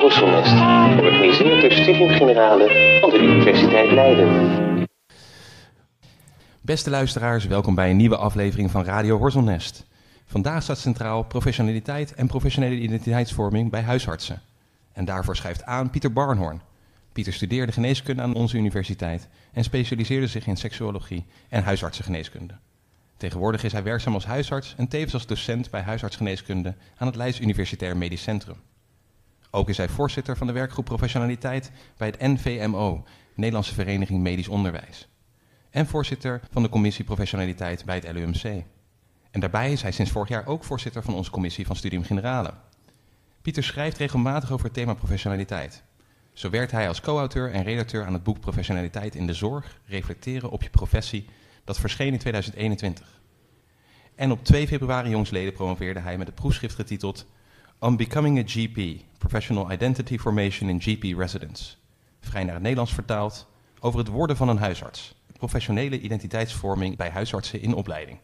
Horselnest, georganiseerd door Studium Generale van de Universiteit Leiden. Beste luisteraars, welkom bij een nieuwe aflevering van Radio Horselnest. Vandaag staat centraal professionaliteit en professionele identiteitsvorming bij huisartsen. En daarvoor schrijft aan Pieter Barnhorn. Pieter studeerde geneeskunde aan onze universiteit en specialiseerde zich in seksuologie en huisartsengeneeskunde. Tegenwoordig is hij werkzaam als huisarts en tevens als docent bij huisartsgeneeskunde aan het Leids Universitair Medisch Centrum. Ook is hij voorzitter van de werkgroep Professionaliteit bij het NVMO, Nederlandse Vereniging Medisch Onderwijs. En voorzitter van de commissie Professionaliteit bij het LUMC. En daarbij is hij sinds vorig jaar ook voorzitter van onze commissie van Studium Generale. Pieter schrijft regelmatig over het thema professionaliteit. Zo werkt hij als co-auteur en redacteur aan het boek Professionaliteit in de Zorg, Reflecteren op je professie, dat verscheen in 2021. En op 2 februari jongstleden promoveerde hij met het proefschrift getiteld On Becoming a GP, Professional Identity Formation in GP Residence. Vrij naar het Nederlands vertaald, over het worden van een huisarts. Professionele identiteitsvorming bij huisartsen in opleiding.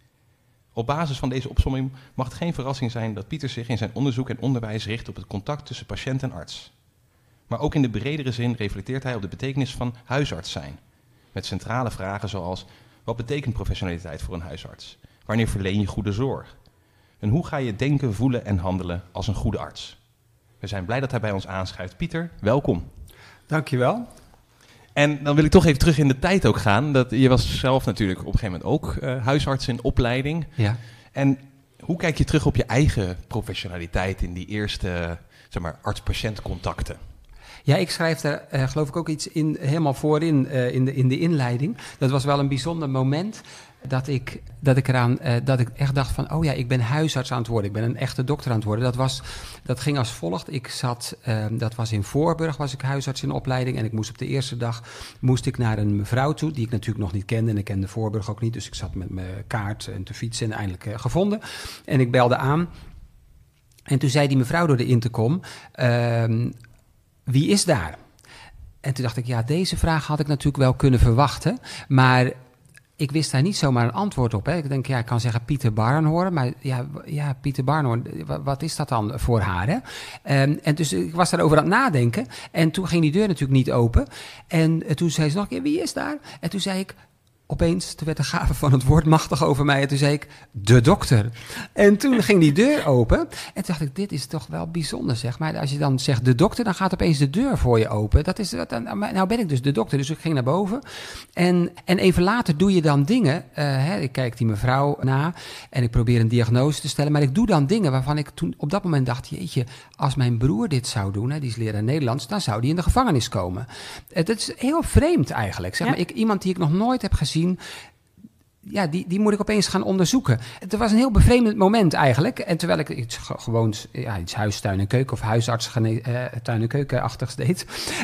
Op basis van deze opsomming mag het geen verrassing zijn dat Pieter zich in zijn onderzoek en onderwijs richt op het contact tussen patiënt en arts. Maar ook in de bredere zin reflecteert hij op de betekenis van huisarts zijn. Met centrale vragen zoals, wat betekent professionaliteit voor een huisarts? Wanneer verleen je goede zorg? En hoe ga je denken, voelen en handelen als een goede arts? We zijn blij dat hij bij ons aanschuift. Pieter, welkom. Dankjewel. En dan wil ik toch even terug in de tijd ook gaan. Je was zelf natuurlijk op een gegeven moment ook huisarts in opleiding. Ja. En hoe kijk je terug op je eigen professionaliteit in die eerste arts-patiënt contacten? Ja, ik schrijf daar geloof ik ook iets in, helemaal voorin in de inleiding. Dat was wel een bijzonder moment dat ik echt dacht van, oh ja, ik ben huisarts aan het worden. Ik ben een echte dokter aan het worden. Dat ging als volgt. Dat was in Voorburg, was ik huisarts in opleiding. En ik moest op de eerste dag naar een mevrouw toe, die ik natuurlijk nog niet kende. En ik kende Voorburg ook niet. Dus ik zat met mijn kaart en te fietsen en eindelijk gevonden. En ik belde aan. En toen zei die mevrouw door de intercom, wie is daar? En toen dacht ik, ja, deze vraag had ik natuurlijk wel kunnen verwachten. Maar ik wist daar niet zomaar een antwoord op. Hè. Ik denk, ja, ik kan zeggen Pieter Barnhorn. Maar ja, Pieter Barnhorn, wat is dat dan voor haar? Hè? En dus ik was daarover aan het nadenken. En toen ging die deur natuurlijk niet open. En toen zei ze nog een keer, wie is daar? En toen zei ik, opeens, toen werd de gave van het woord machtig over mij. En toen zei ik, de dokter. En toen ging die deur open. En toen dacht ik, dit is toch wel bijzonder, zeg. Maar als je dan zegt de dokter, dan gaat opeens de deur voor je open. Nou ben ik dus de dokter. Dus ik ging naar boven. En even later doe je dan dingen. Ik kijk die mevrouw na. En ik probeer een diagnose te stellen. Maar ik doe dan dingen waarvan ik toen op dat moment dacht, jeetje, als mijn broer dit zou doen, die is leraar Nederlands, dan zou die in de gevangenis komen. Dat is heel vreemd eigenlijk. Zeg maar, iemand die ik nog nooit heb gezien, ja, die moet ik opeens gaan onderzoeken. Het was een heel bevreemdend moment eigenlijk. En terwijl ik iets huis, tuin en keuken of huisarts, tuin en keukenachtigs deed.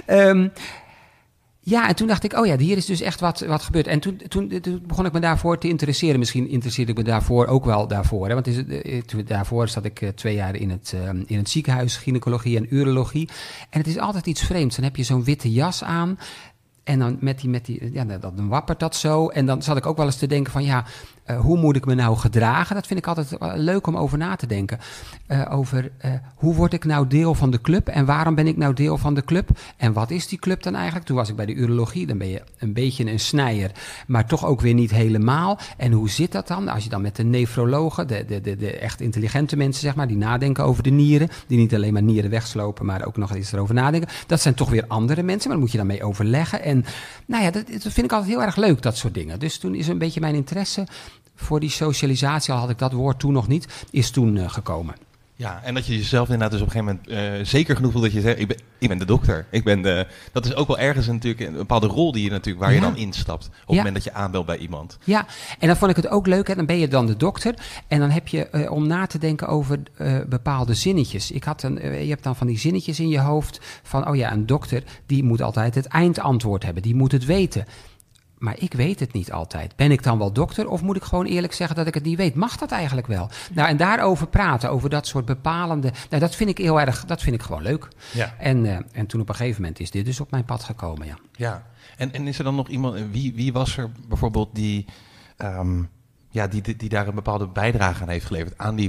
En toen dacht ik, oh ja, hier is dus echt wat gebeurd. En toen begon ik me daarvoor te interesseren. Misschien interesseerde ik me daarvoor ook wel daarvoor. Hè? Want daarvoor zat ik 2 jaar in het ziekenhuis, gynaecologie en urologie. En het is altijd iets vreemds. Dan heb je zo'n witte jas aan. En dan dan wappert dat zo. En dan zat ik ook wel eens te denken van, hoe moet ik me nou gedragen? Dat vind ik altijd leuk om over na te denken. Hoe word ik nou deel van de club? En waarom ben ik nou deel van de club? En wat is die club dan eigenlijk? Toen was ik bij de urologie. Dan ben je een beetje een snijer, maar toch ook weer niet helemaal. En hoe zit dat dan? Als je dan met de nefrologen, de echt intelligente mensen, zeg maar, die nadenken over de nieren, die niet alleen maar nieren wegslopen, maar ook nog eens erover nadenken. Dat zijn toch weer andere mensen, maar daar moet je dan mee overleggen. En dat vind ik altijd heel erg leuk, dat soort dingen. Dus toen is een beetje mijn interesse voor die socialisatie, al had ik dat woord toen nog niet, is toen gekomen. Ja, en dat je jezelf inderdaad dus op een gegeven moment zeker genoeg voelt dat je zegt, ik ben de dokter. Dat is ook wel ergens natuurlijk een bepaalde rol waar je dan instapt op het moment dat je aanbelt bij iemand. Ja, en dan vond ik het ook leuk, hè, dan ben je dan de dokter en dan heb je om na te denken over bepaalde zinnetjes. Je hebt dan van die zinnetjes in je hoofd van, een dokter die moet altijd het eindantwoord hebben, die moet het weten. Maar ik weet het niet altijd. Ben ik dan wel dokter of moet ik gewoon eerlijk zeggen dat ik het niet weet? Mag dat eigenlijk wel? Nou, en daarover praten, over dat soort bepalende, dat vind ik gewoon leuk. Ja. En toen op een gegeven moment is dit dus op mijn pad gekomen, ja. Ja, en is er dan nog iemand, wie was er bijvoorbeeld die daar een bepaalde bijdrage aan heeft geleverd, aan die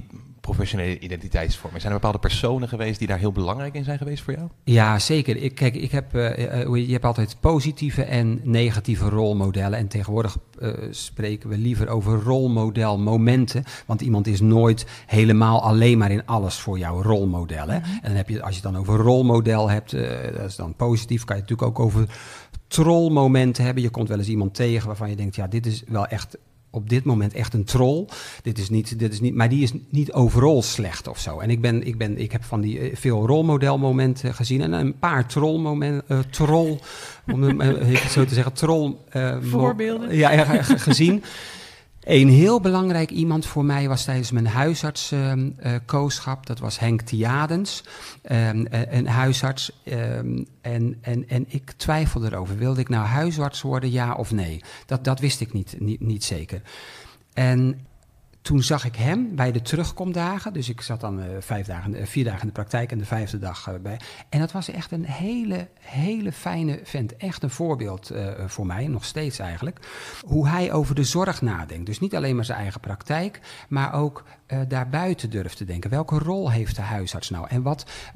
professionele identiteitsvorming? Zijn er bepaalde personen geweest die daar heel belangrijk in zijn geweest voor jou? Ja, zeker. Je hebt altijd positieve en negatieve rolmodellen. En tegenwoordig spreken we liever over rolmodelmomenten. Want iemand is nooit helemaal alleen maar in alles voor jouw rolmodel. Hè? En dan heb je, als je het dan over rolmodel hebt, dat is dan positief. Kan je het natuurlijk ook over trollmomenten hebben. Je komt wel eens iemand tegen waarvan je denkt, ja, dit is wel echt op dit moment echt een troll. Dit is niet, maar die is niet overal slecht of zo. En ik heb van die veel rolmodelmomenten gezien en een paar om het zo te zeggen, voorbeelden. Gezien. Een heel belangrijk iemand voor mij was tijdens mijn huisartskooschap. Dat was Henk Thiadens, een huisarts. En ik twijfelde erover. Wilde ik nou huisarts worden, ja of nee? Dat wist ik niet zeker. En toen zag ik hem bij de terugkomdagen. Dus ik zat dan 4 dagen in de praktijk en de 5e dag bij. En dat was echt een hele fijne vent. Echt een voorbeeld voor mij, nog steeds eigenlijk. Hoe hij over de zorg nadenkt. Dus niet alleen maar zijn eigen praktijk, maar ook daarbuiten durft te denken. Welke rol heeft de huisarts nou? En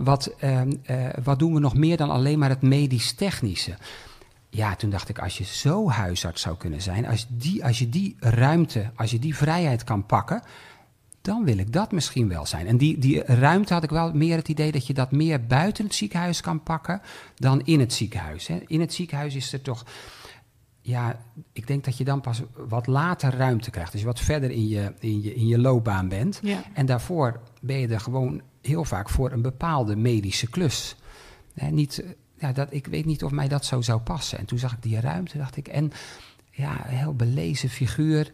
wat doen we nog meer dan alleen maar het medisch-technische? Ja, toen dacht ik, als je zo huisarts zou kunnen zijn, als je die ruimte, als je die vrijheid kan pakken, dan wil ik dat misschien wel zijn. En die ruimte had ik wel meer het idee dat je dat meer buiten het ziekenhuis kan pakken dan in het ziekenhuis. Hè. In het ziekenhuis is er toch, ja, ik denk dat je dan pas wat later ruimte krijgt. Dus je wat verder in je loopbaan bent. Ja. En daarvoor ben je er gewoon heel vaak voor een bepaalde medische klus. Ik weet niet of mij dat zo zou passen. En toen zag ik die ruimte, dacht ik. En ja, een heel belezen figuur.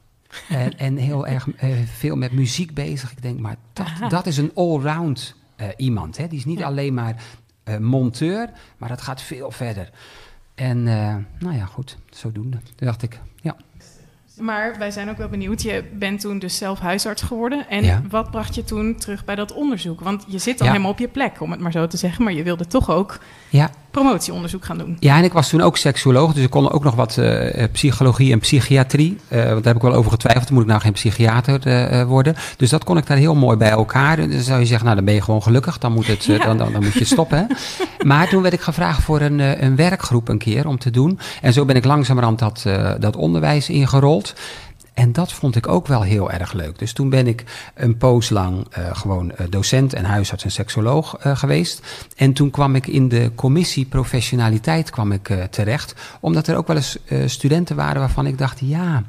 En heel erg veel met muziek bezig. Ik denk, maar dat is een allround iemand. Hè? Die is niet alleen maar monteur, maar dat gaat veel verder. En nou ja, goed, zodoende. Toen dacht ik, ja. Maar wij zijn ook wel benieuwd. Je bent toen dus zelf huisarts geworden. En wat bracht je toen terug bij dat onderzoek? Want je zit al helemaal op je plek, om het maar zo te zeggen. Maar je wilde toch ook promotieonderzoek gaan doen. Ja, en ik was toen ook seksuoloog. Dus ik kon ook nog wat psychologie en psychiatrie. Want daar heb ik wel over getwijfeld. Moet ik nou geen psychiater worden? Dus dat kon ik daar heel mooi bij elkaar. Dus dan zou je zeggen, nou dan ben je gewoon gelukkig. Dan moet, dan moet je stoppen. Hè? Maar toen werd ik gevraagd voor een werkgroep een keer om te doen. En zo ben ik langzamerhand dat onderwijs ingerold. En dat vond ik ook wel heel erg leuk. Dus toen ben ik een poos lang gewoon docent en huisarts en seksoloog geweest. En toen kwam ik in de commissie professionaliteit terecht. Omdat er ook wel eens studenten waren waarvan ik dacht,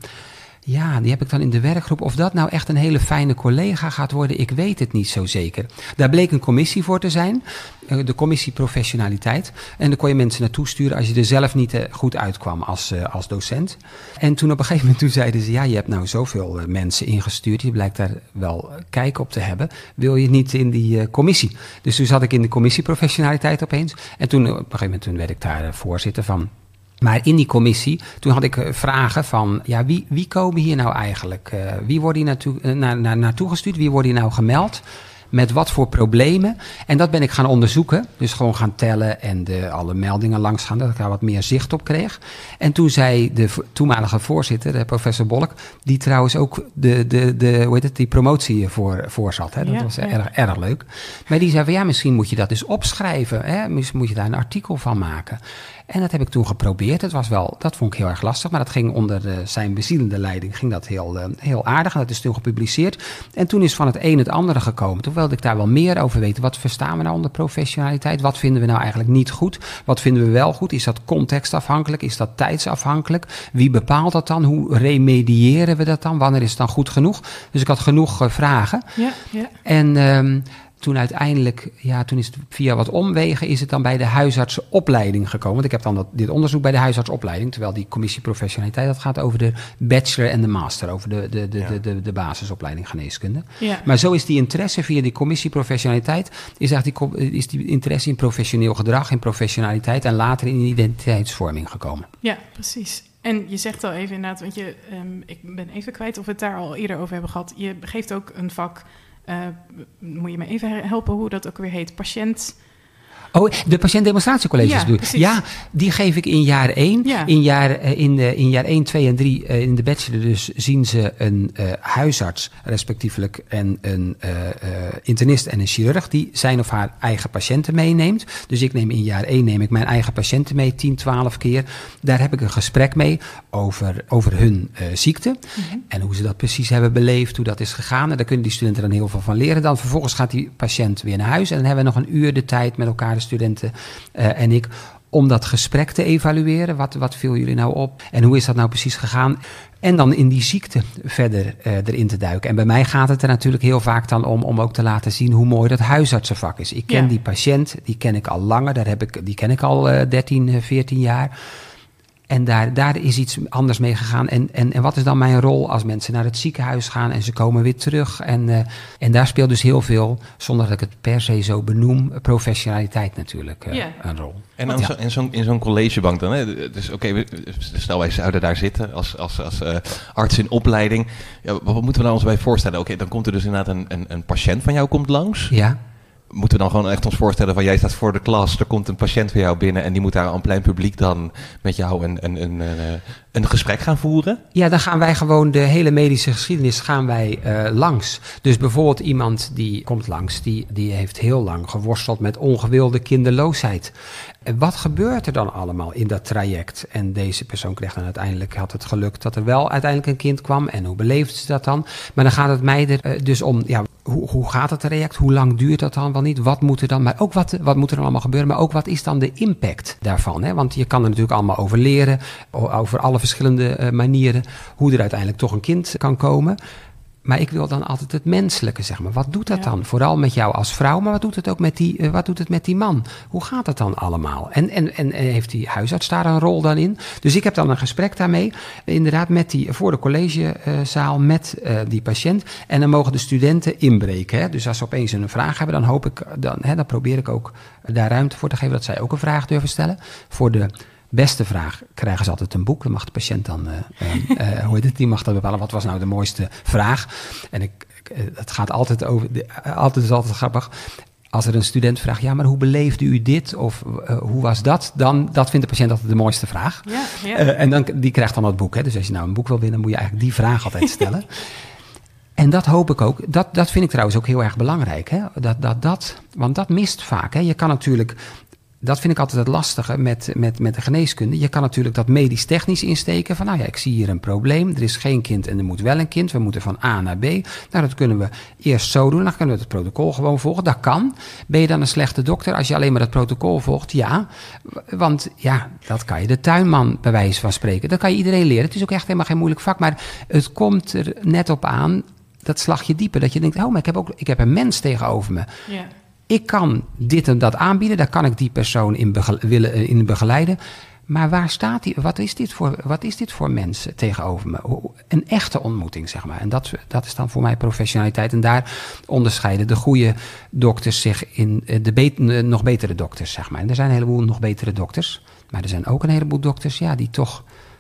ja, die heb ik dan in de werkgroep. Of dat nou echt een hele fijne collega gaat worden, ik weet het niet zo zeker. Daar bleek een commissie voor te zijn, de commissie professionaliteit. En daar kon je mensen naartoe sturen als je er zelf niet goed uitkwam als docent. En toen op een gegeven moment zeiden ze, ja, je hebt nou zoveel mensen ingestuurd, je blijkt daar wel kijk op te hebben. Wil je niet in die commissie? Dus toen zat ik in de commissie professionaliteit opeens. En toen op een gegeven moment werd ik daar voorzitter van. Maar in die commissie, toen had ik vragen van, ja, wie komen hier nou eigenlijk? Wie wordt hier naartoe gestuurd? Wie wordt hier nou gemeld? Met wat voor problemen? En dat ben ik gaan onderzoeken. Dus gewoon gaan tellen en alle meldingen langs gaan, dat ik daar wat meer zicht op kreeg. En toen zei de toenmalige voorzitter, de professor Bolk, die trouwens ook die promotie voor zat. Hè? Dat was erg leuk. Maar die zei van, ja, misschien moet je dat eens opschrijven. Hè? Misschien moet je daar een artikel van maken. En dat heb ik toen geprobeerd. Dat vond ik heel erg lastig, maar dat ging onder zijn bezielende leiding ging dat heel aardig. En dat is toen gepubliceerd. En toen is van het een het andere gekomen. Toen wilde ik daar wel meer over weten. Wat verstaan we nou onder professionaliteit? Wat vinden we nou eigenlijk niet goed? Wat vinden we wel goed? Is dat contextafhankelijk? Is dat tijdsafhankelijk? Wie bepaalt dat dan? Hoe remediëren we dat dan? Wanneer is het dan goed genoeg? Dus ik had genoeg vragen. Ja. En toen uiteindelijk, toen is het via wat omwegen, is het dan bij de huisartsenopleiding gekomen. Want ik heb dan dit onderzoek bij de huisartsenopleiding, terwijl die commissie professionaliteit, dat gaat over de bachelor en de master, over de basisopleiding geneeskunde. Ja. Maar zo is die interesse via die commissie professionaliteit, is die interesse in professioneel gedrag, in professionaliteit en later in identiteitsvorming gekomen. Ja, precies. En je zegt al even inderdaad, want ik ben even kwijt of we het daar al eerder over hebben gehad. Je geeft ook een vak. Moet je me even helpen hoe dat ook weer heet? Patiënt? Oh, de patiëntdemonstratiecolleges doe je. Ja, die geef ik in jaar 1. Ja. In jaar 1, 2 en 3 in de bachelor dus zien ze een huisarts respectievelijk en een internist en een chirurg die zijn of haar eigen patiënten meeneemt. Dus ik neem in jaar 1 mijn eigen patiënten mee 10, 12 keer. Daar heb ik een gesprek mee over hun ziekte en hoe ze dat precies hebben beleefd, hoe dat is gegaan. En daar kunnen die studenten dan heel veel van leren. Dan vervolgens gaat die patiënt weer naar huis en dan hebben we nog een uur de tijd met elkaar, de studenten en ik, om dat gesprek te evalueren. Wat viel jullie nou op? En hoe is dat nou precies gegaan? En dan in die ziekte verder erin te duiken. En bij mij gaat het er natuurlijk heel vaak dan om ook te laten zien hoe mooi dat huisartsenvak is. Ik ken die patiënt, die ken ik al langer. Die ken ik al 13, 14 jaar. En daar is iets anders mee gegaan. En wat is dan mijn rol als mensen naar het ziekenhuis gaan en ze komen weer terug? En daar speelt dus heel veel, zonder dat ik het per se zo benoem, professionaliteit natuurlijk een rol. En in zo'n collegebank dan, hè? Dus stel wij zouden daar zitten als arts in opleiding. Ja, wat moeten we nou ons bij voorstellen? Oké, dan komt er dus inderdaad een patiënt van jou komt langs. Ja. Moeten we dan gewoon echt ons voorstellen van jij staat voor de klas, er komt een patiënt bij jou binnen en die moet daar aan plein publiek dan met jou een gesprek gaan voeren? Ja, dan gaan wij gewoon de hele medische geschiedenis langs. Dus bijvoorbeeld iemand die komt langs, die heeft heel lang geworsteld met ongewilde kinderloosheid. Wat gebeurt er dan allemaal in dat traject? En deze persoon kreeg dan uiteindelijk, had het geluk dat er wel uiteindelijk een kind kwam. En hoe beleefde ze dat dan? Maar dan gaat het mij er dus om, ja, hoe gaat het traject? Hoe lang duurt dat dan wel niet? Wat moet er dan? Maar ook wat moet er dan allemaal gebeuren? Maar ook wat is dan de impact daarvan? Hè? Want je kan er natuurlijk allemaal over leren, over alle verschillende manieren, hoe er uiteindelijk toch een kind kan komen. Maar ik wil dan altijd het menselijke, zeg maar. Wat doet dat dan? Vooral met jou als vrouw, maar wat doet het ook met die man? Hoe gaat het dan allemaal? En heeft die huisarts daar een rol dan in? Dus ik heb dan een gesprek daarmee, inderdaad, voor de collegezaal met die patiënt. En dan mogen de studenten inbreken. Hè? Dus als ze opeens een vraag hebben, dan probeer ik ook daar ruimte voor te geven dat zij ook een vraag durven stellen. Voor de beste vraag krijgen ze altijd een boek. Dan mag de patiënt dan, die mag dan bepalen, wat was nou de mooiste vraag? En het gaat altijd over, altijd is altijd grappig. Als er een student vraagt, ja, maar hoe beleefde u dit? Of hoe was dat? Dan, dat vindt de patiënt altijd de mooiste vraag. Ja. En die krijgt dan het boek. Hè? Dus als je nou een boek wil winnen, moet je eigenlijk die vraag altijd stellen. En dat hoop ik ook. Dat vind ik trouwens ook heel erg belangrijk. Hè? Want dat mist vaak. Hè? Je kan natuurlijk, dat vind ik altijd het lastige met de geneeskunde. Je kan natuurlijk dat medisch-technisch insteken. Van ik zie hier een probleem. Er is geen kind en er moet wel een kind. We moeten van A naar B. Nou, dat kunnen we eerst zo doen. Dan kunnen we het protocol gewoon volgen. Dat kan. Ben je dan een slechte dokter als je alleen maar het protocol volgt? Ja. Want dat kan je de tuinman bij wijze van spreken. Dat kan je iedereen leren. Het is ook echt helemaal geen moeilijk vak. Maar het komt er net op aan, dat slagje dieper. Dat je denkt, maar ik heb een mens tegenover me. Ja. Ik kan dit en dat aanbieden, daar kan ik die persoon in begeleiden. Maar waar staat die? Wat is dit voor mens tegenover me? Een echte ontmoeting, zeg maar. En dat is dan voor mij professionaliteit. En daar onderscheiden de goede dokters zich in de nog betere dokters, zeg maar. En er zijn een heleboel nog betere dokters. Maar er zijn ook een heleboel dokters, die toch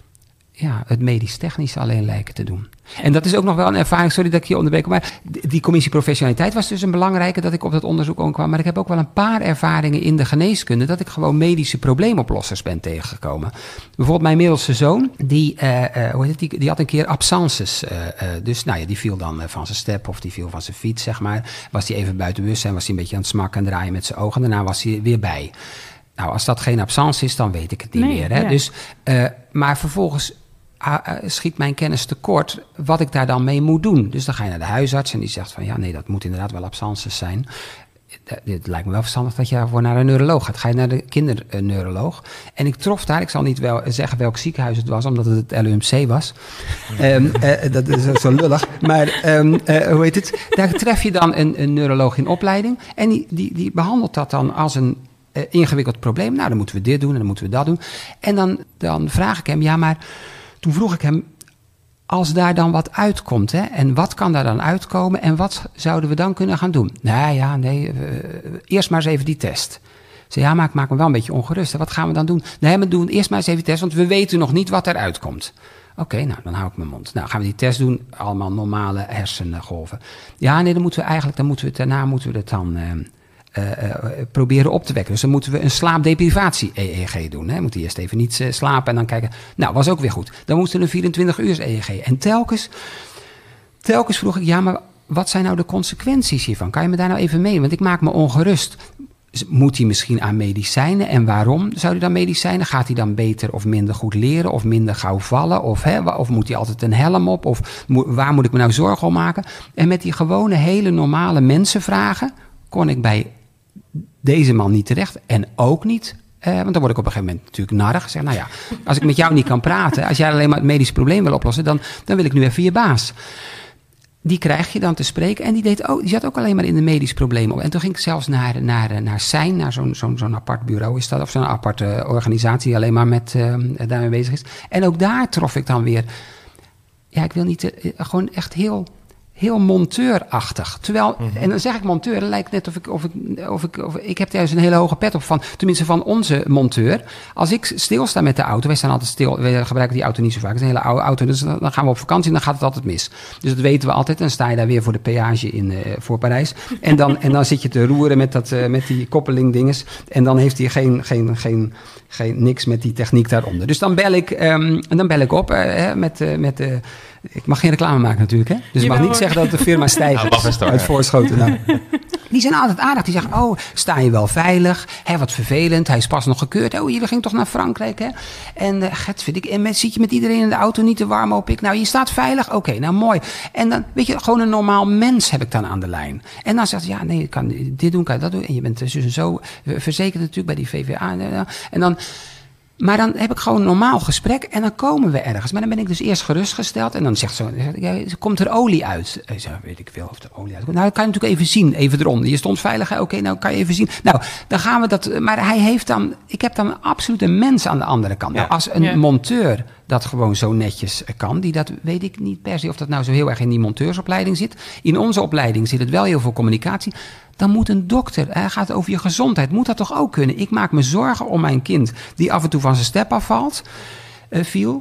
het medisch-technisch alleen lijken te doen. En dat is ook nog wel een ervaring, sorry dat ik je onderbreek, maar die commissie professionaliteit was dus een belangrijke dat ik op dat onderzoek kwam. Maar ik heb ook wel een paar ervaringen in de geneeskunde dat ik gewoon medische probleemoplossers ben tegengekomen. Bijvoorbeeld mijn middelste zoon, die had een keer absences. Dus die viel dan van zijn step of die viel van zijn fiets, zeg maar. Was hij even buiten bewustzijn, was hij een beetje aan het smakken en draaien met zijn ogen. Daarna was hij weer bij. Nou, als dat geen absence is, dan weet ik het niet meer. Hè? Ja. Dus, maar vervolgens schiet mijn kennis tekort wat ik daar dan mee moet doen. Dus dan ga je naar de huisarts en die zegt van dat moet inderdaad wel absences zijn. Het lijkt me wel verstandig dat je daarvoor naar een neuroloog gaat. Ga je naar de kinderneuroloog. En ik trof daar, ik zal niet wel zeggen welk ziekenhuis het was, omdat het LUMC was. Dat is zo lullig. Maar hoe heet het? Daar tref je dan een neuroloog in opleiding. En die behandelt dat dan als een ingewikkeld probleem. Nou, dan moeten we dit doen en dan moeten we dat doen. En dan vraag ik hem, maar toen vroeg ik hem, als daar dan wat uitkomt, hè, en wat kan daar dan uitkomen en wat zouden we dan kunnen gaan doen? Eerst maar eens even die test. Ik zei, maar ik maak me wel een beetje ongerust. Hè. Wat gaan we dan doen? Nee, we doen eerst maar eens even die test, want we weten nog niet wat eruit komt. Oké, dan hou ik mijn mond. Nou, gaan we die test doen. Allemaal normale hersengolven. Daarna moeten we het dan proberen op te wekken. Dus dan moeten we een slaapdeprivatie-EEG doen. Hè. Moet hij eerst even niet slapen en dan kijken. Nou, was ook weer goed. Dan moesten we een 24 uur EEG. En telkens vroeg ik, ja, maar wat zijn nou de consequenties hiervan? Kan je me daar nou even mee? Want ik maak me ongerust. Moet hij misschien aan medicijnen? En waarom zou hij dan medicijnen? Gaat hij dan beter of minder goed leren? Of minder gauw vallen? Of moet hij altijd een helm op? Of waar moet ik me nou zorgen om maken? En met die gewone, hele normale mensenvragen kon ik bij deze man niet terecht. En ook niet, want dan word ik op een gegeven moment natuurlijk narrig. Zeg, nou ja, als ik met jou niet kan praten, als jij alleen maar het medisch probleem wil oplossen, dan wil ik nu even je baas. Die krijg je dan te spreken. En die zat ook alleen maar in de medisch probleem op. En toen ging ik zelfs naar SEIN, naar zo'n apart bureau is dat, of zo'n aparte organisatie die alleen maar met daarmee bezig is. En ook daar trof ik dan weer, ja, ik wil niet, gewoon echt heel monteurachtig. Terwijl, en dan zeg ik monteur, dan lijkt het net of ik heb juist een hele hoge pet op tenminste van onze monteur. Als ik stilsta met de auto, wij staan altijd stil, we gebruiken die auto niet zo vaak, het is een hele oude auto, dus dan gaan we op vakantie en dan gaat het altijd mis. Dus dat weten we altijd, dan sta je daar weer voor de peage voor Parijs. En dan zit je te roeren met die koppeling dinges en dan heeft hij geen niks met die techniek daaronder. Dus dan bel ik op met ik mag geen reclame maken natuurlijk, hè? Dus ik mag niet zeggen dat de firma Stijgers uit Voorschoten. Nou. Die zijn altijd aardig. Die zeggen, oh, sta je wel veilig? Hè, wat vervelend. Hij is pas nog gekeurd. Oh, jullie gingen toch naar Frankrijk, hè? En zit je met iedereen in de auto niet te warm op? Je staat veilig? Oké, nou mooi. En dan, weet je, gewoon een normaal mens heb ik dan aan de lijn. En dan zegt ze, ja, nee, ik kan dit doen, kan je dat doen. En je bent dus zo verzekerd natuurlijk bij die VVA. En dan... Maar dan heb ik gewoon een normaal gesprek en dan komen we ergens. Maar dan ben ik dus eerst gerustgesteld en dan zegt ze, komt er olie uit? Ik zeg, weet ik veel of er olie uitkomt. Nou, dat kan je natuurlijk even zien, even eronder. Je stond veilig, oké, nou kan je even zien. Nou, dan gaan we dat, maar ik heb dan absoluut een mens aan de andere kant. Ja. Nou, als een monteur dat gewoon zo netjes kan, dat weet ik niet per se of dat nou zo heel erg in die monteursopleiding zit. In onze opleiding zit het wel heel veel communicatie. Dan moet een dokter, gaat het over je gezondheid, moet dat toch ook kunnen? Ik maak me zorgen om mijn kind die af en toe van zijn step viel.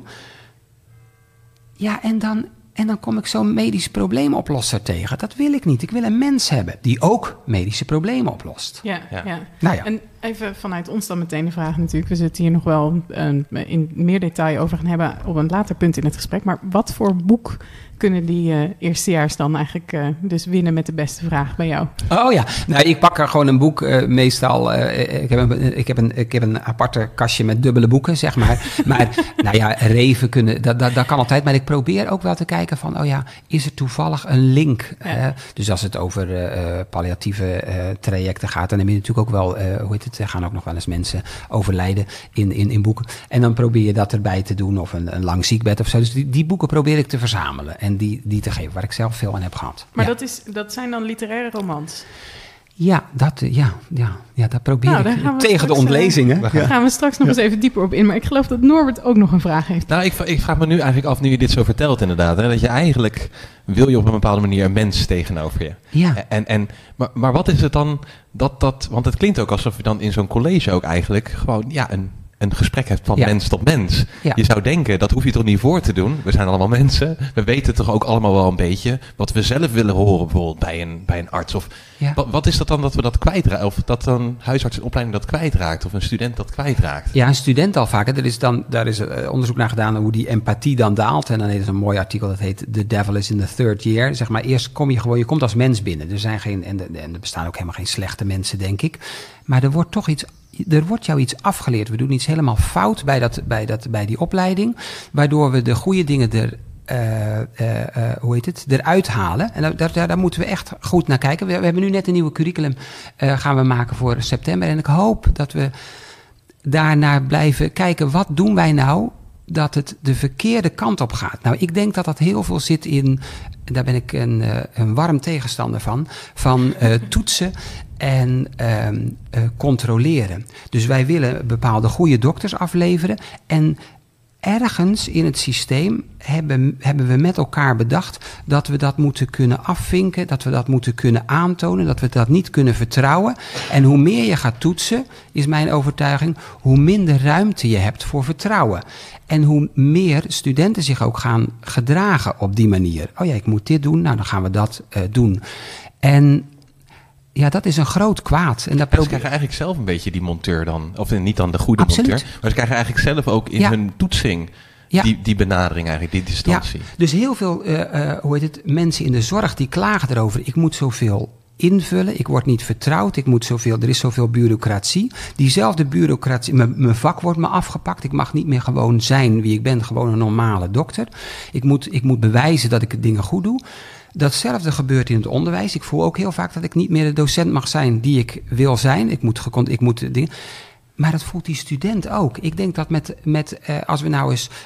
Ja, en dan kom ik zo'n medisch probleemoplosser tegen. Dat wil ik niet. Ik wil een mens hebben die ook medische problemen oplost. Ja. Nou ja. En even vanuit ons dan meteen de vraag natuurlijk. We zitten hier nog wel in meer detail over gaan hebben op een later punt in het gesprek. Maar wat voor boek kunnen die eerstejaars dan eigenlijk dus winnen met de beste vraag bij jou? Oh ja, nou ik pak er gewoon een boek meestal. Ik heb een aparte kastje met dubbele boeken, zeg maar. Maar nou ja, reven kunnen, dat kan altijd. Maar ik probeer ook wel te kijken van, oh ja, is er toevallig een link? Ja. Dus als het over palliatieve trajecten gaat, dan heb je natuurlijk ook wel, er gaan ook nog wel eens mensen overlijden in boeken. En dan probeer je dat erbij te doen of een lang ziekbed of zo. Dus die boeken probeer ik te verzamelen en die te geven, waar ik zelf veel aan heb gehad. Maar dat zijn dan literaire romans? Ja, dat probeer ik tegen de ontlezingen. Daar gaan we straks nog eens even dieper op in. Maar ik geloof dat Norbert ook nog een vraag heeft. Nou, ik vraag me nu eigenlijk af, nu je dit zo vertelt inderdaad. Hè, dat je eigenlijk, wil je op een bepaalde manier een mens tegenover je. Ja. Maar wat is het dan, want het klinkt ook alsof je dan in zo'n college ook eigenlijk gewoon een gesprek hebt van mens tot mens. Ja. Je zou denken, dat hoef je toch niet voor te doen? We zijn allemaal mensen. We weten toch ook allemaal wel een beetje wat we zelf willen horen, bijvoorbeeld bij een arts. Of wat is dat dan dat we dat kwijtraken? Of dat een huisartsenopleiding dat kwijtraakt? Of een student dat kwijtraakt? Ja, een student al vaak. Daar is onderzoek naar gedaan hoe die empathie dan daalt. En dan is er een mooi artikel dat heet The Devil is in the Third Year. Zeg maar, eerst je komt als mens binnen. Er zijn en er bestaan ook helemaal geen slechte mensen, denk ik. Maar er wordt jou iets afgeleerd. We doen iets helemaal fout bij die opleiding, waardoor we de goede dingen eruit halen. En daar moeten we echt goed naar kijken. We hebben nu net een nieuwe curriculum gaan we maken voor september. En ik hoop dat we daarnaar blijven kijken. Wat doen wij nou dat het de verkeerde kant op gaat? Nou, ik denk dat heel veel zit in, daar ben ik een warm tegenstander van toetsen en controleren. Dus wij willen bepaalde goede dokters afleveren en ergens in het systeem hebben we met elkaar bedacht dat we dat moeten kunnen afvinken, dat we dat moeten kunnen aantonen, dat we dat niet kunnen vertrouwen. En hoe meer je gaat toetsen, is mijn overtuiging, hoe minder ruimte je hebt voor vertrouwen. En hoe meer studenten zich ook gaan gedragen op die manier. Oh ja, ik moet dit doen, nou dan gaan we dat doen. En Ja, dat is een groot kwaad. En ze krijgen eigenlijk zelf een beetje die monteur dan. Of niet dan de goede Absoluut. monteur. Maar ze krijgen eigenlijk zelf ook in hun toetsing die benadering eigenlijk, die distantie. Ja, dus heel veel mensen in de zorg die klagen erover. Ik moet zoveel invullen, ik word niet vertrouwd, er is zoveel bureaucratie. Diezelfde bureaucratie, mijn vak wordt me afgepakt. Ik mag niet meer gewoon zijn wie ik ben, gewoon een normale dokter. Ik moet bewijzen dat ik de dingen goed doe. Datzelfde gebeurt in het onderwijs. Ik voel ook heel vaak dat ik niet meer de docent mag zijn die ik wil zijn. Ik moet dingen. Maar dat voelt die student ook. Ik denk dat als we nou eens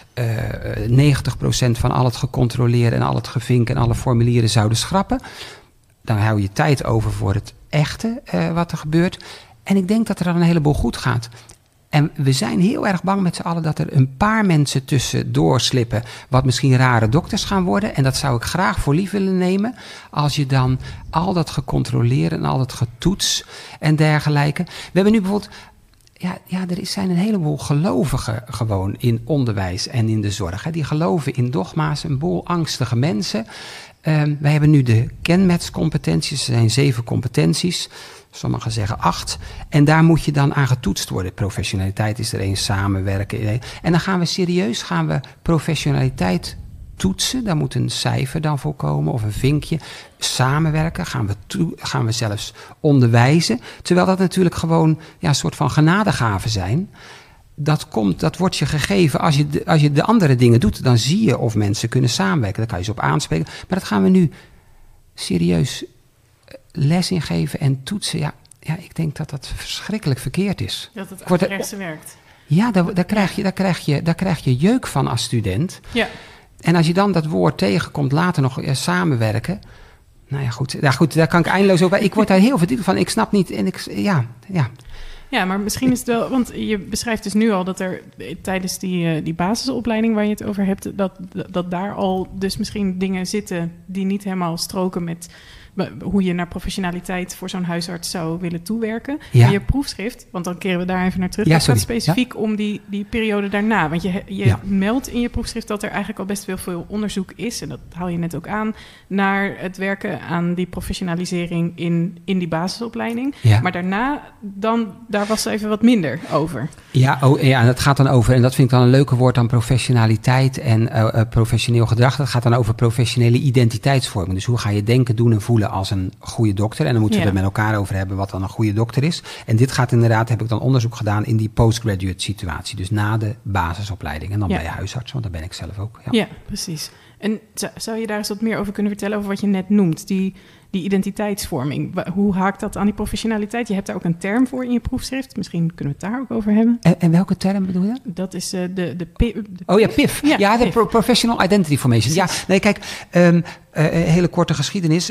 90% van al het gecontroleerd en al het gevink en alle formulieren zouden schrappen, dan hou je tijd over voor het echte wat er gebeurt. En ik denk dat er dan een heleboel goed gaat. En we zijn heel erg bang met z'n allen dat er een paar mensen tussendoor slippen, wat misschien rare dokters gaan worden. En dat zou ik graag voor lief willen nemen, als je dan al dat gecontroleerd en al dat getoets en dergelijke. We hebben nu bijvoorbeeld, er zijn een heleboel gelovigen gewoon in onderwijs en in de zorg. Hè. Die geloven in dogma's, een boel angstige mensen. Wij hebben nu de kenmetscompetenties, er zijn 7 competenties. Sommigen zeggen 8. En daar moet je dan aan getoetst worden. Professionaliteit is er 1, samenwerken. En dan gaan we professionaliteit toetsen. Daar moet een cijfer dan voor komen of een vinkje. Samenwerken gaan we zelfs onderwijzen. Terwijl dat natuurlijk gewoon een soort van genadegaven zijn. Dat wordt je gegeven als je de andere dingen doet. Dan zie je of mensen kunnen samenwerken. Dan kan je ze op aanspreken. Maar dat gaan we nu serieus les ingeven en toetsen. Ja, ik denk dat dat verschrikkelijk verkeerd is. Dat het averechtse werkt. Ja, daar krijg je jeuk van als student. Ja. En als je dan dat woord tegenkomt, later nog samenwerken. Nou ja, goed, daar kan ik eindeloos over. Ik word daar heel verdrietig van. Ik snap niet. Ja, maar misschien is het wel, want je beschrijft dus nu al dat er tijdens die basisopleiding waar je het over hebt, dat daar al dus misschien dingen zitten die niet helemaal stroken met hoe je naar professionaliteit voor zo'n huisarts zou willen toewerken. Ja. En je proefschrift, want dan keren we daar even naar terug, dat gaat specifiek om die periode daarna. Want je meldt in je proefschrift dat er eigenlijk al best wel veel onderzoek is, en dat haal je net ook aan, naar het werken aan die professionalisering in die basisopleiding. Ja. Maar daarna, daar was er even wat minder over. En dat gaat dan over, en dat vind ik dan een leuke woord, dan professionaliteit en professioneel gedrag. Dat gaat dan over professionele identiteitsvorming. Dus hoe ga je denken, doen en voelen als een goede dokter. En dan moeten we het met elkaar over hebben wat dan een goede dokter is. En dit gaat inderdaad, heb ik dan onderzoek gedaan in die postgraduate situatie. Dus na de basisopleiding. En dan bij je huisarts, want daar ben ik zelf ook. Ja, precies. En zou je daar eens wat meer over kunnen vertellen over wat je net noemt? Die identiteitsvorming. Hoe haakt dat aan die professionaliteit? Je hebt daar ook een term voor in je proefschrift. Misschien kunnen we het daar ook over hebben. En welke term bedoel je? Dat is de PIF. PIF. Ja, de Professional Identity Formation. Ja, nee, kijk, hele korte geschiedenis.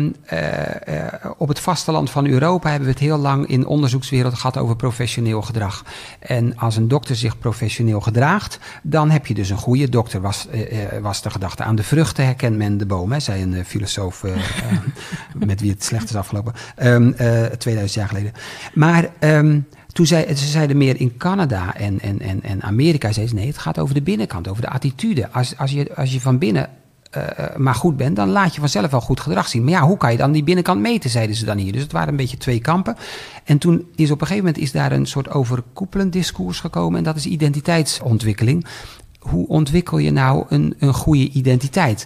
Op het vasteland van Europa hebben we het heel lang in de onderzoekswereld gehad over professioneel gedrag. En als een dokter zich professioneel gedraagt, dan heb je dus een goede dokter. Was de gedachte aan de vruchten, herkent men de boom, hè, zei een filosoof met wie het slecht is afgelopen, 2000 jaar geleden. Maar toen ze zeiden meer in Canada en Amerika, zeiden ze nee, het gaat over de binnenkant, over de attitude. Als je van binnen maar goed bent, dan laat je vanzelf wel goed gedrag zien. Maar ja, hoe kan je dan die binnenkant meten, zeiden ze dan hier. Dus het waren een beetje 2 kampen. En toen is op een gegeven moment daar een soort overkoepelend discours gekomen, en dat is identiteitsontwikkeling. Hoe ontwikkel je nou een goede identiteit?